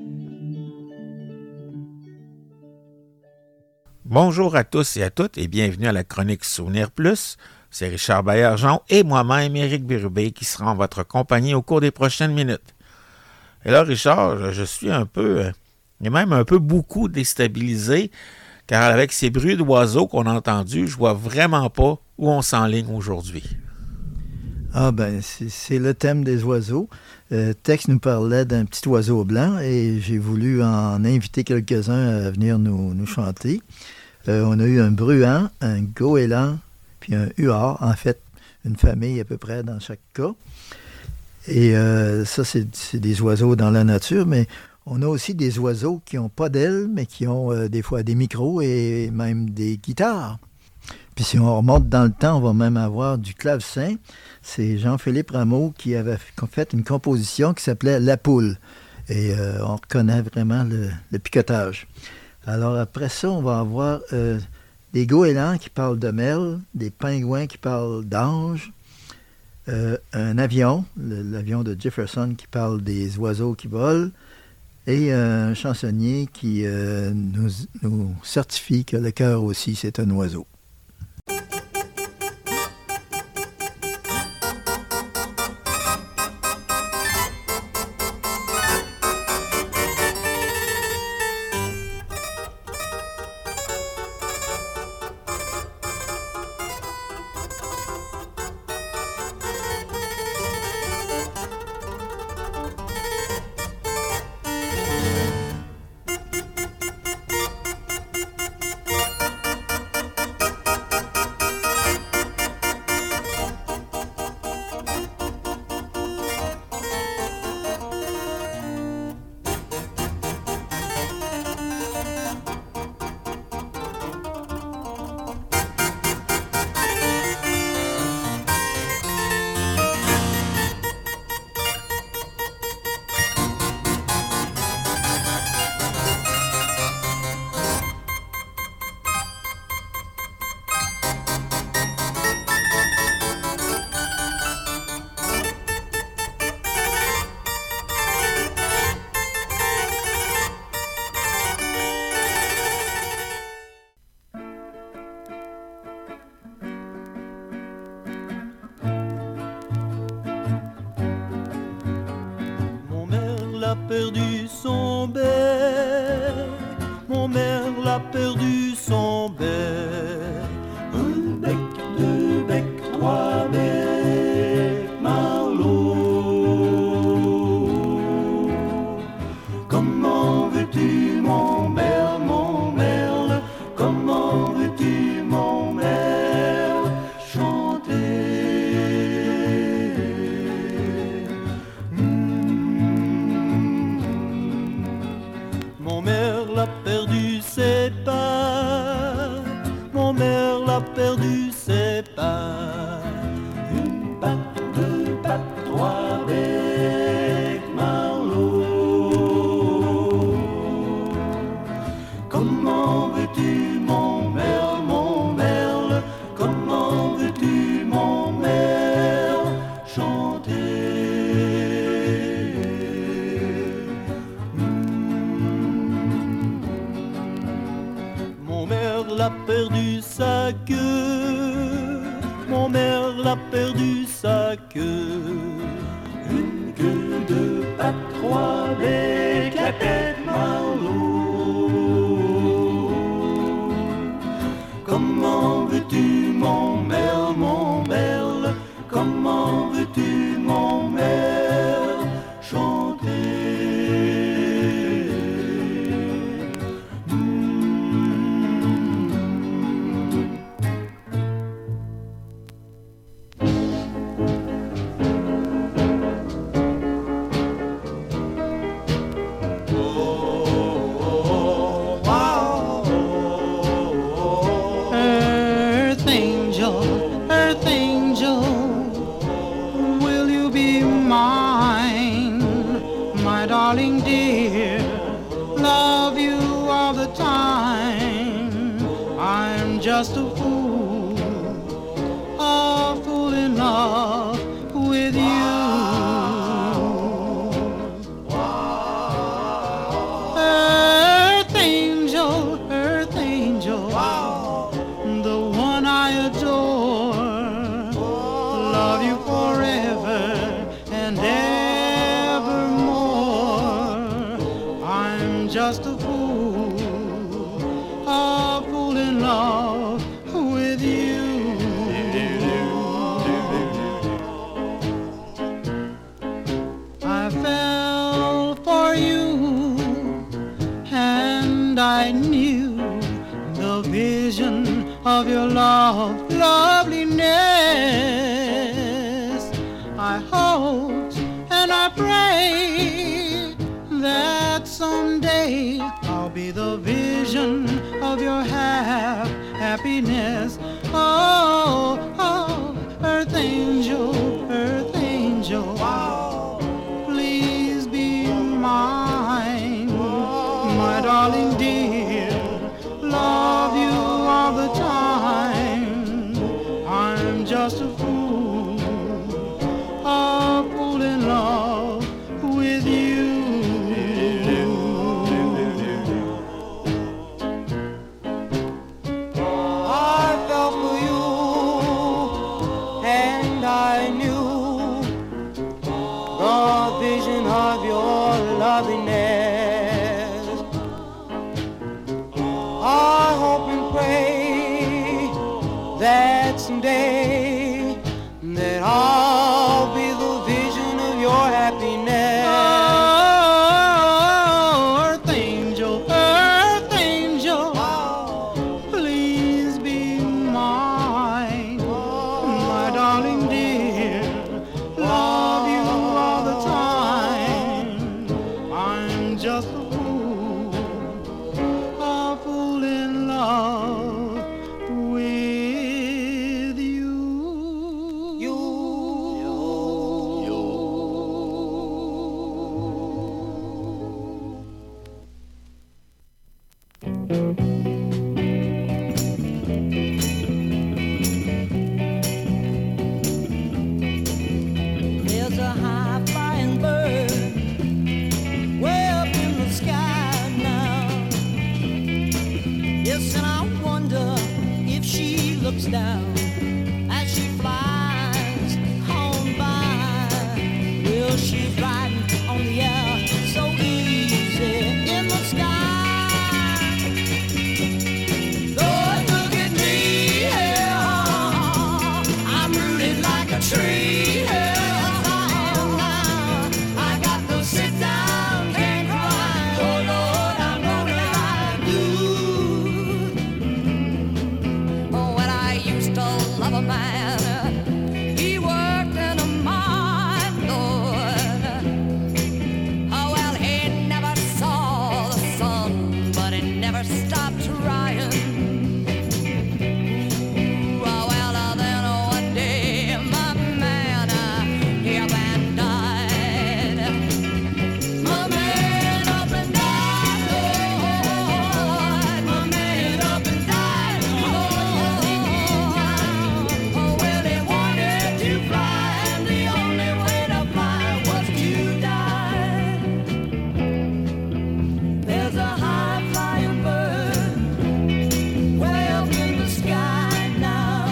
Bonjour à tous et à toutes et bienvenue à la chronique Souvenir Plus. C'est Richard Baillargeon et moi-même, Éric Bérubé, qui sera en votre compagnie au cours des prochaines minutes. Et là, Richard, je suis un peu, et même un peu beaucoup déstabilisé, car avec ces bruits d'oiseaux qu'on a entendus, je vois vraiment pas où on s'enligne aujourd'hui. Ah ben, c'est le thème des oiseaux. Tex nous parlait d'un petit oiseau blanc et j'ai voulu en inviter quelques-uns à venir nous chanter. On a eu un bruant, un goéland, puis un huard, en fait, une famille à peu près dans chaque cas. Et ça, c'est des oiseaux dans la nature, mais on a aussi des oiseaux qui n'ont pas d'ailes, mais qui ont des fois des micros et même des guitares. Puis si on remonte dans le temps, on va même avoir du clavecin. C'est Jean-Philippe Rameau qui avait fait une composition qui s'appelait « La poule ». Et on reconnaît vraiment le picotage. Alors après ça, on va avoir des goélands qui parlent de merle, des pingouins qui parlent d'anges, un avion, l'avion de Jefferson qui parle des oiseaux qui volent, et un chansonnier qui nous certifie que le cœur aussi, c'est un oiseau. perdu son bec. Un bec, deux becs, trois becs, Marlot. Comment veux-tu mon merle, comment veux-tu mon merle chanter? Mon merle a perdu ses pattes, mon merle a perdu ses pattes. Une patte, deux pattes, trois becs, Marlot. Comment veux-tu mon merle, comment veux-tu mon merle chanter? Mon merle a perdu sa queue, mon merle a perdu sa queue. Une queue, deux pattes, trois becs, la tête Marlot. Comment veux-tu mon merle, comment veux-tu mon merle chanter? Earth angel, will you be mine, my darling dear? Love you all the time. I'm just a fool in love with you. Earth angel, the one I adore. Love you forever and evermore. I'm just a fool in love with you. I fell for you and I knew the vision of your loveliness. I hoped and I prayed that someday I'll be the vision of your happiness. Oh, earth angel, please be mine, my darling dear. Love you all the time. I'm just a fool in love with you. I fell for you and I knew the vision of your loveliness. I hope and pray that someday that I'll be the vision of your happiness. Oh, earth angel, please be mine, my darling dear. Love you all the time. I'm just a fool in love with you. tree. Yes, I am now. I got to sit down, can't cry. Oh Lord, I'm gonna die blue. Oh, when I used to love a man, he worked in a mine, Lord. Oh, well, he never saw the sun, but he never stopped trying. Oh, well, then one day, my man, he up and died. My man up and died, Lord. My man up and died, Lord. Oh, well, he wanted to fly, and the only way to fly was to die. There's a high-flying bird way up in the sky now.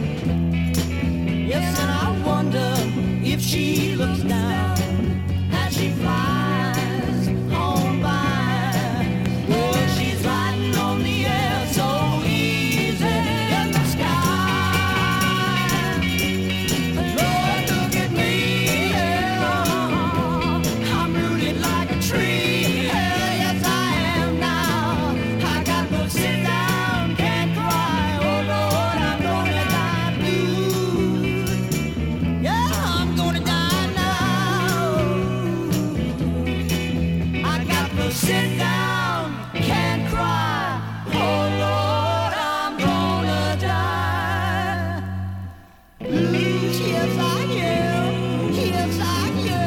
Yes, and I wonder if she looks down as she flies on by. Oh, she's riding on the air so easy in the sky. Lord, look at me, yeah. I'm rooted like a tree. Yes, I am now. I got to sit down, can't cry. Oh Lord, I'm gonna die blue. Yeah, I'm gonna die now. I got to sit down, can't cry. Oh Lord, I'm gonna die blue. Yes, I am. Yes, I am.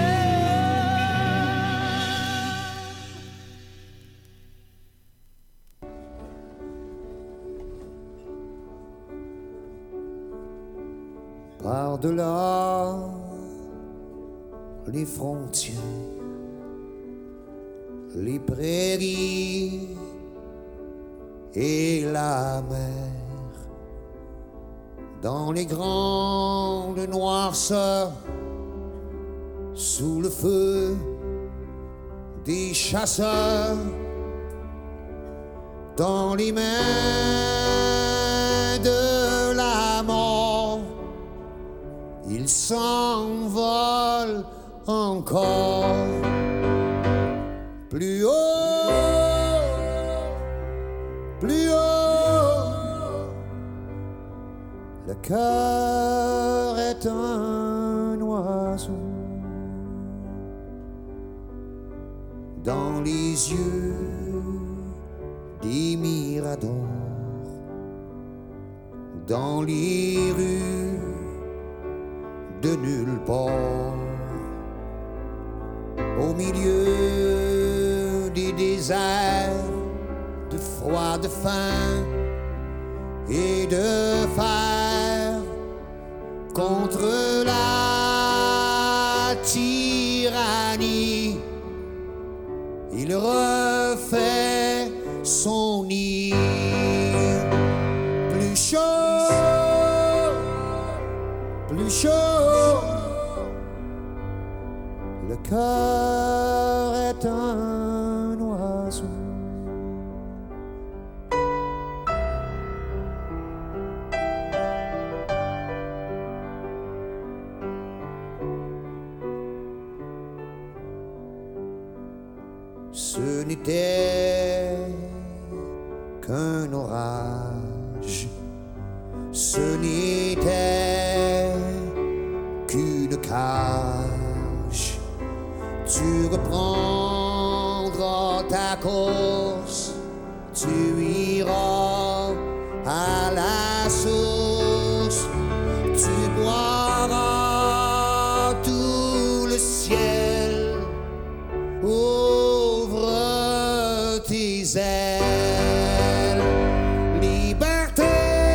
Par-delà les frontières, les prairies et la mer, dans les grandes noirceurs, sous le feu des chasseurs, dans les mains de la mort, il s'envole encore plus haut, plus haut. Le cœur est un oiseau dans les yeux des miradors, dans les rues de nulle part, au milieu des déserts de froid, de faim et de fer, contre la tyrannie, il refait son nid. Plus chaud, plus chaud, le cœur est un oiseau. Ce n'était qu'un orage, ce n'était qu'une cage. Tu reprendras ta course, tu iras à la source, tu boiras tout le ciel. Ouvre tes ailes, liberté,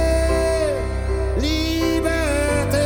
liberté,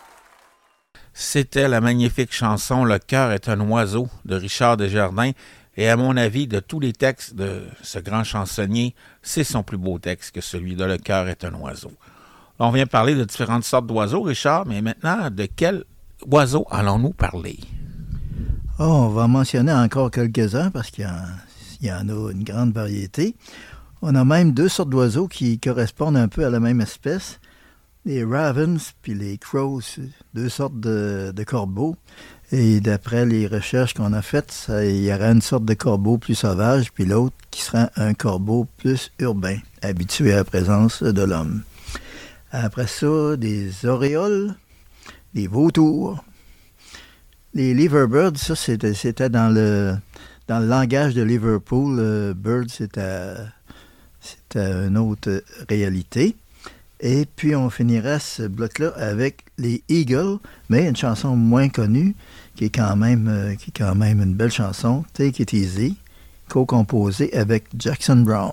C'était la magnifique chanson « Le cœur est un oiseau » de Richard Desjardins. Et à mon avis, de tous les textes de ce grand chansonnier, c'est son plus beau texte que celui de « Le cœur est un oiseau ». On vient parler de différentes sortes d'oiseaux, Richard, mais maintenant, de quel oiseau allons-nous parler? Oh, on va mentionner encore quelques-uns parce qu'il y en a une grande variété. On a même 2 sortes d'oiseaux qui correspondent un peu à la même espèce. Les ravens puis les crows, 2 sortes de corbeaux. Et d'après les recherches qu'on a faites, il y aura une sorte de corbeau plus sauvage, puis l'autre qui sera un corbeau plus urbain, habitué à la présence de l'homme. Après ça, des orioles, des vautours. Les liverbirds, ça c'était dans le langage de Liverpool. Bird, c'était une autre réalité. Et puis on finira ce bloc-là avec les Eagles, mais une chanson moins connue, qui est quand même une belle chanson, Take It Easy, co-composée avec Jackson Browne.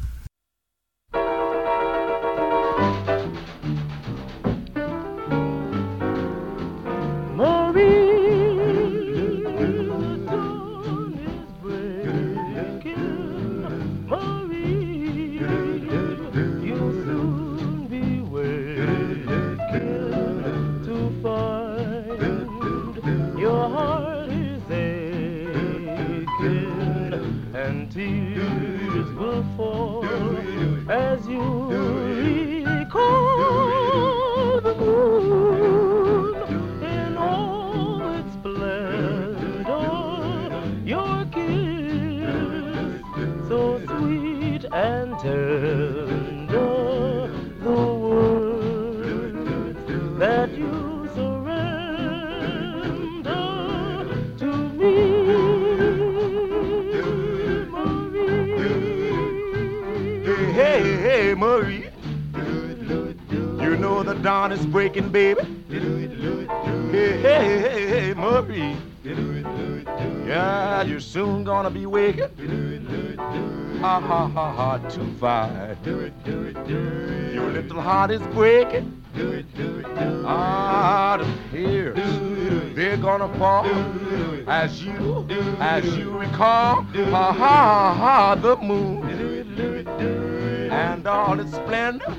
Dawn is breaking, baby. Hey, Marie. Yeah, you're soon gonna be waking. Ha, ha, ha, ha, too fine. Your little heart is breaking. Ah, the tears, they're gonna fall as you recall. Ha, ha, ha, the moon and all its splendor.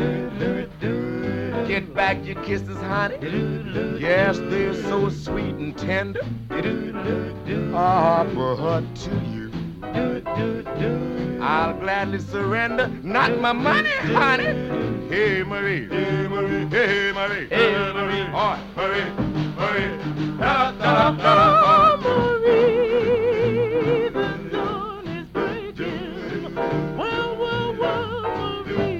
Get back your kisses, honey. Yes, they're so sweet and tender. Ah, but to you, I'll gladly surrender. Not my money, honey. Hey, Marie. Hey, Marie. Hey, Marie. Hey, Marie. Oh, Marie. Marie. Da, da, da, da. Marie, the dawn is breaking. Well, well, well, Marie.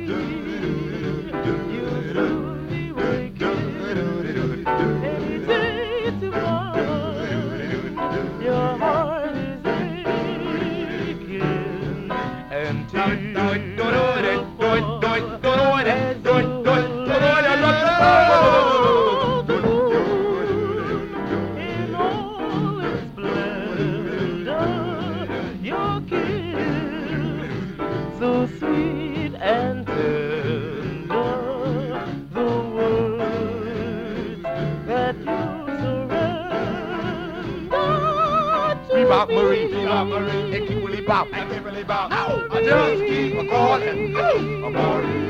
Bebop Marie, Bebop Marie, and keep really bop, and keep really bop. No, I just keep a calling, Marie.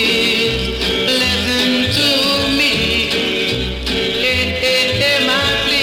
Listen to me, hey, hey, hey, my please.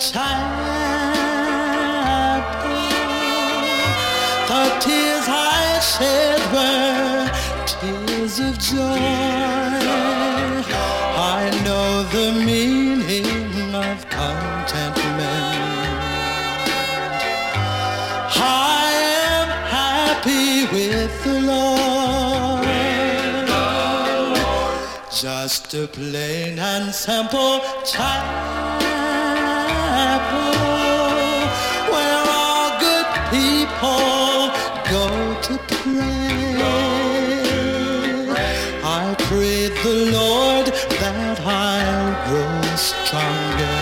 chapel. The tears I shed were tears of joy. I know the meaning of contentment. I am happy with the Lord. Just a plain and simple chapel where all good people go to pray. I pray the Lord that I'll grow stronger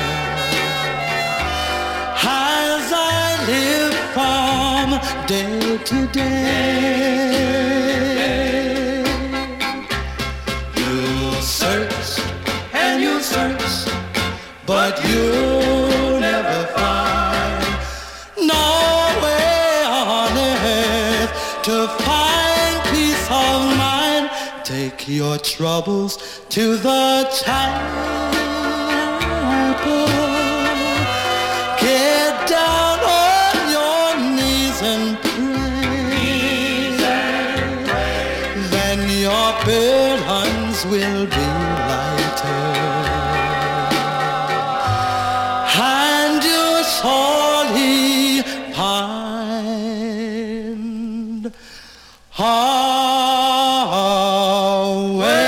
as I live from day to day. You'll search and you'll search, but you'll never find no way on earth to find peace of mind. Take your troubles to the chapel. Get down on your knees and pray. Then your burdens will be lighter, and you'll surely find a way.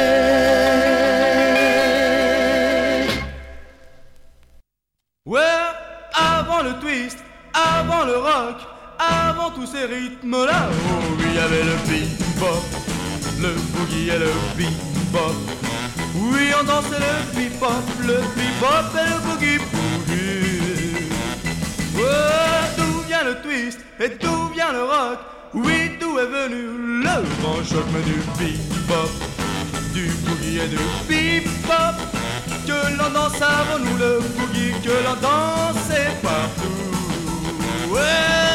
Ouais, avant le twist, avant le rock, avant tous ces rythmes-là, oh oui, il y avait le bebop, le boogie et le bebop. Oui, on dansait le bebop et le boogie-boogie. Ouais, d'où vient le twist et d'où vient le rock? Oui, d'où est venu le grand choc, mais du bebop, du boogie et du bebop. Que l'on danse avant nous le boogie, que l'on dansait partout. Ouais.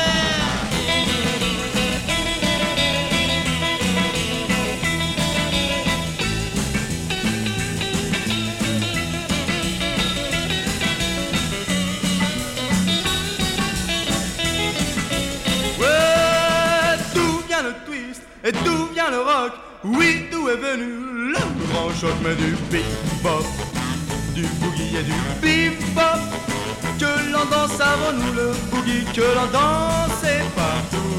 Et d'où vient le rock? Oui, d'où est venu le grand choc? Mais du bebop, du boogie et du bebop. Que l'on danse avant nous le boogie, que l'on dansait partout.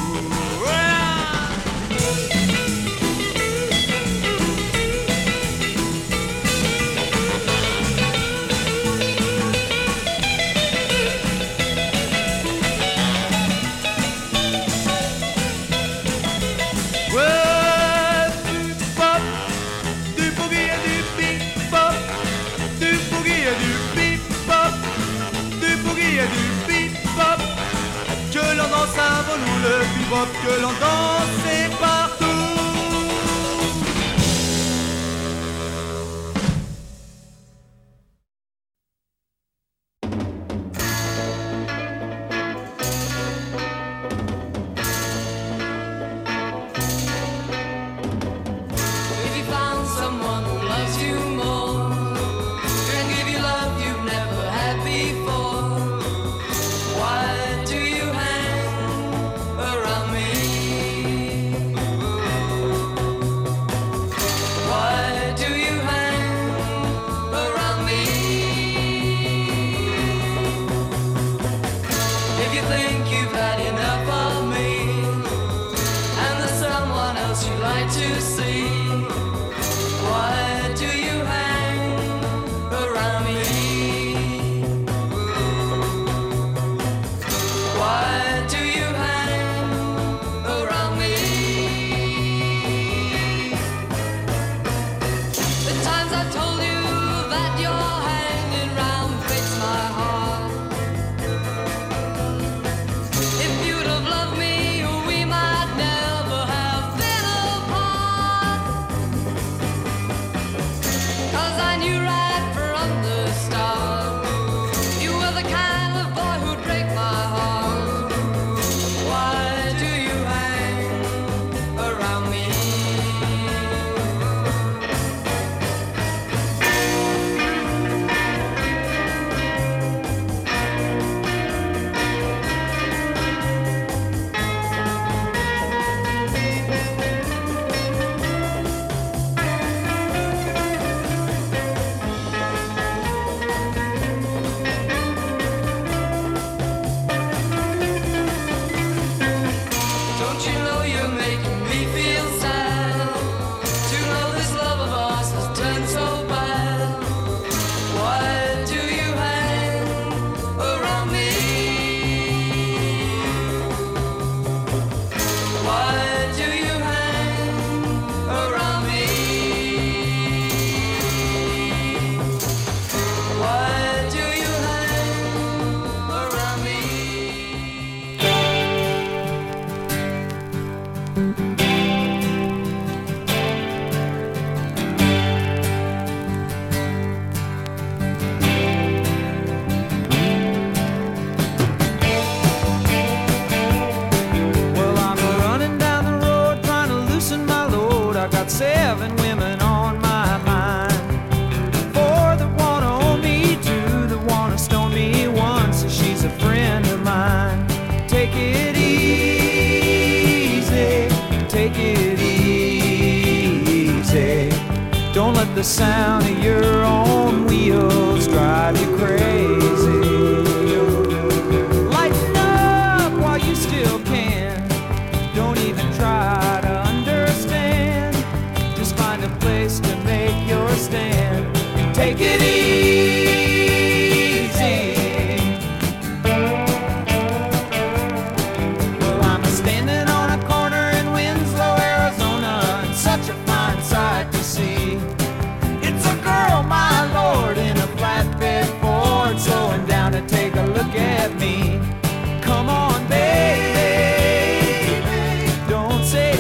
Le bebop que l'on dansait partout. If you found someone who loves you more, can give you love you've never had before, why do you hang around me? Why do you hang around me? If you think you've had enough of me, and there's someone else you'd like to see, why do you hang around me? Why do you hang around me? The times I've told you that you're hanging round breaks my heart. If you'd have loved me, we might never have been apart. I got 7 women on my mind. 4 that wanna own me, 2 that wanna stone me, 1 says she's a friend of mine. Take it easy, take it easy. Don't let the sound of your own wheels drive you crazy. Lighten up while you still can. Don't even try to understand. Just find a place to make your stand. Take it easy. Well, I'm standing on a corner in Winslow, Arizona, and such a fine sight to see. It's a girl, my lord, in a flatbed Ford, slowing down to take a look at me. Come on, baby, don't say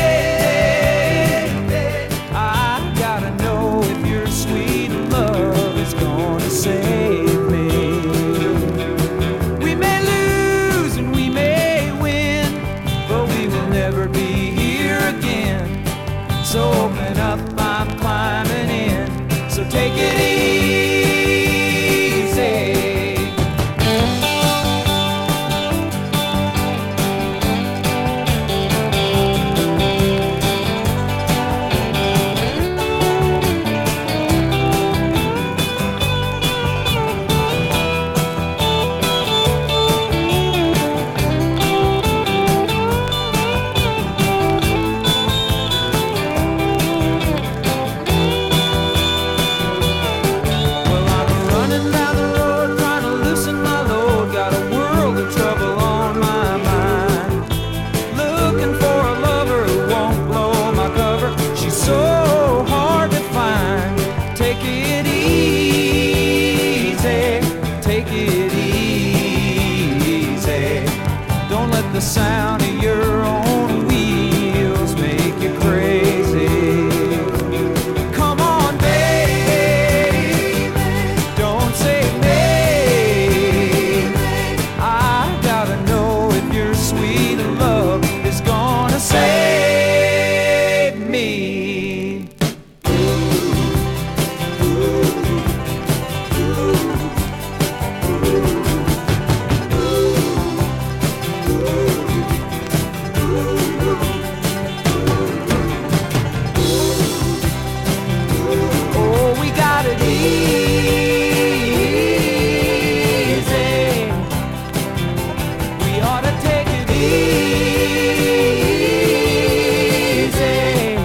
maybe. I gotta know if your sweet love is gonna save me. We may lose and we may win, but we will never be here again. So open up, I'm climbing in. So take it easy. Well, I'm running down the road trying to loosen my load. Got a world of trouble on my mind. Looking for a lover who won't blow my cover. She's so hard to find. Take it easy, take it easy. Don't let the sound of your own wheels make you crazy. Come on, baby, don't say maybe. I gotta know if your sweet love is gonna save me. Oh, we got it easy. We ought to take it easy.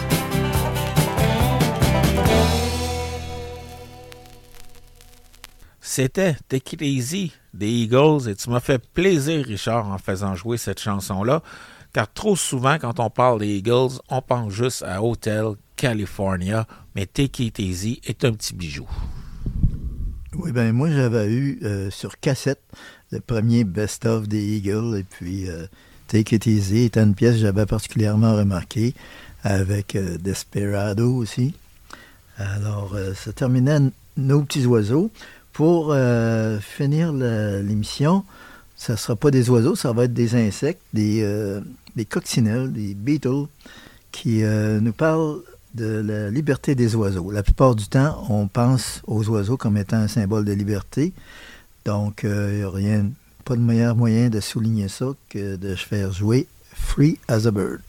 C'était Take It Easy des Eagles et tu m'as fait plaisir, Richard, en faisant jouer cette chanson-là, car trop souvent, quand on parle des Eagles, on pense juste à Hotel California, mais Take It Easy est un petit bijou. Oui, ben moi, j'avais eu sur cassette le premier best-of des Eagles, et puis Take It Easy était une pièce que j'avais particulièrement remarquée, avec Desperado aussi. Alors, ça terminait nos petits oiseaux. Pour finir l'émission, ça ne sera pas des oiseaux, ça va être des insectes, des coccinelles, des beetles, qui nous parlent de la liberté des oiseaux. La plupart du temps, on pense aux oiseaux comme étant un symbole de liberté. Donc, il n'y a pas de meilleur moyen de souligner ça que de faire jouer Free as a Bird.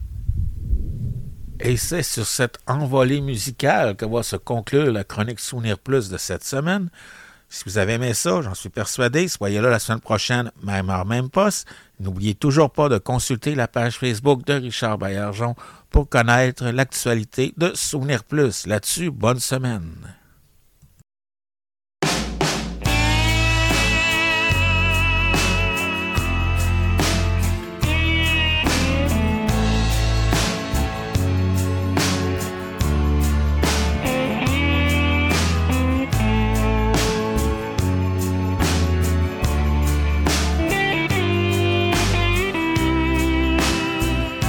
Et c'est sur cette envolée musicale que va se conclure la chronique Souvenir Plus de cette semaine. Si vous avez aimé ça, j'en suis persuadé, soyez là la semaine prochaine, même heure, même poste. N'oubliez toujours pas de consulter la page Facebook de Richard Baillargeon pour connaître l'actualité de Souvenir Plus. Là-dessus, bonne semaine.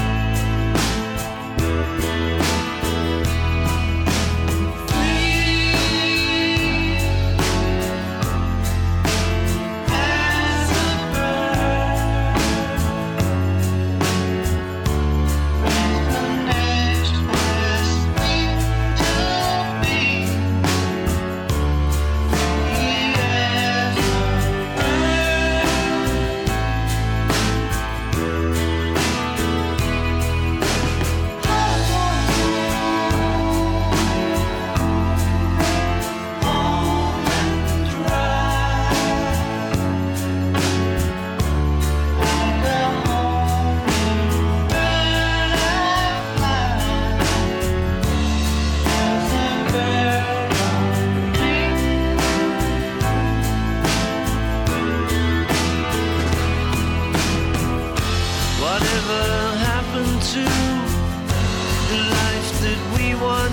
Free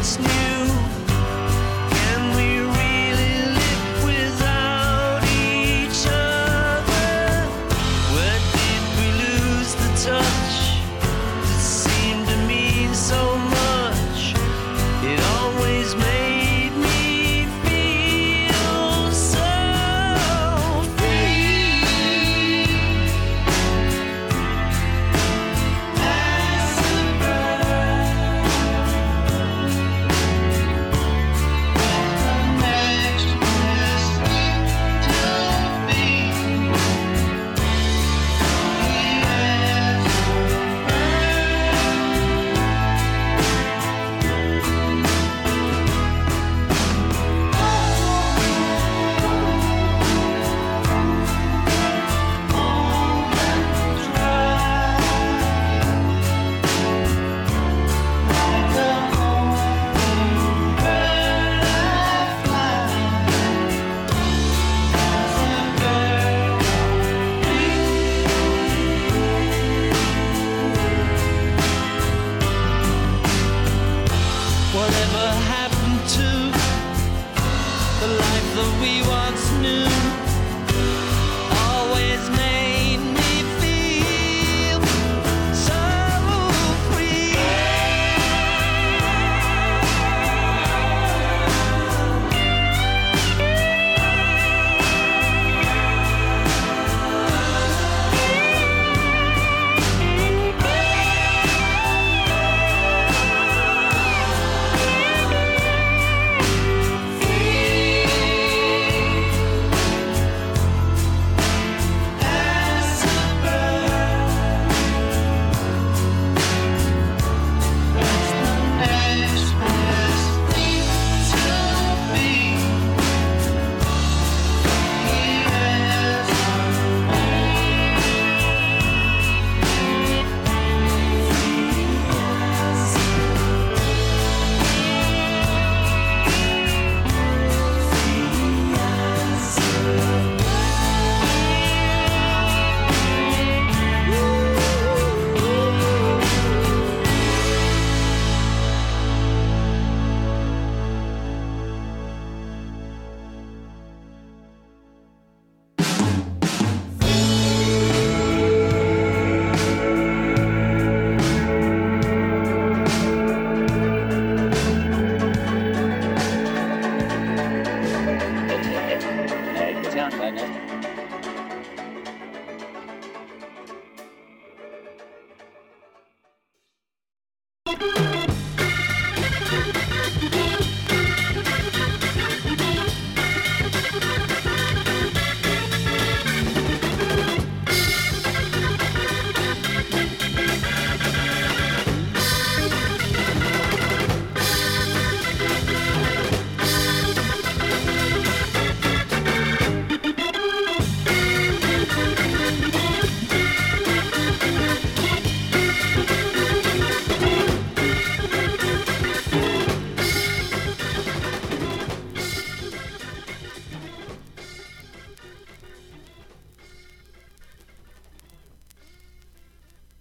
what's new? Can we really live without each other? Where did we lose the touch that seemed to mean so much? It always made me feel so free. As a bird, the next best to be. Whatever happened to the life that we once knew?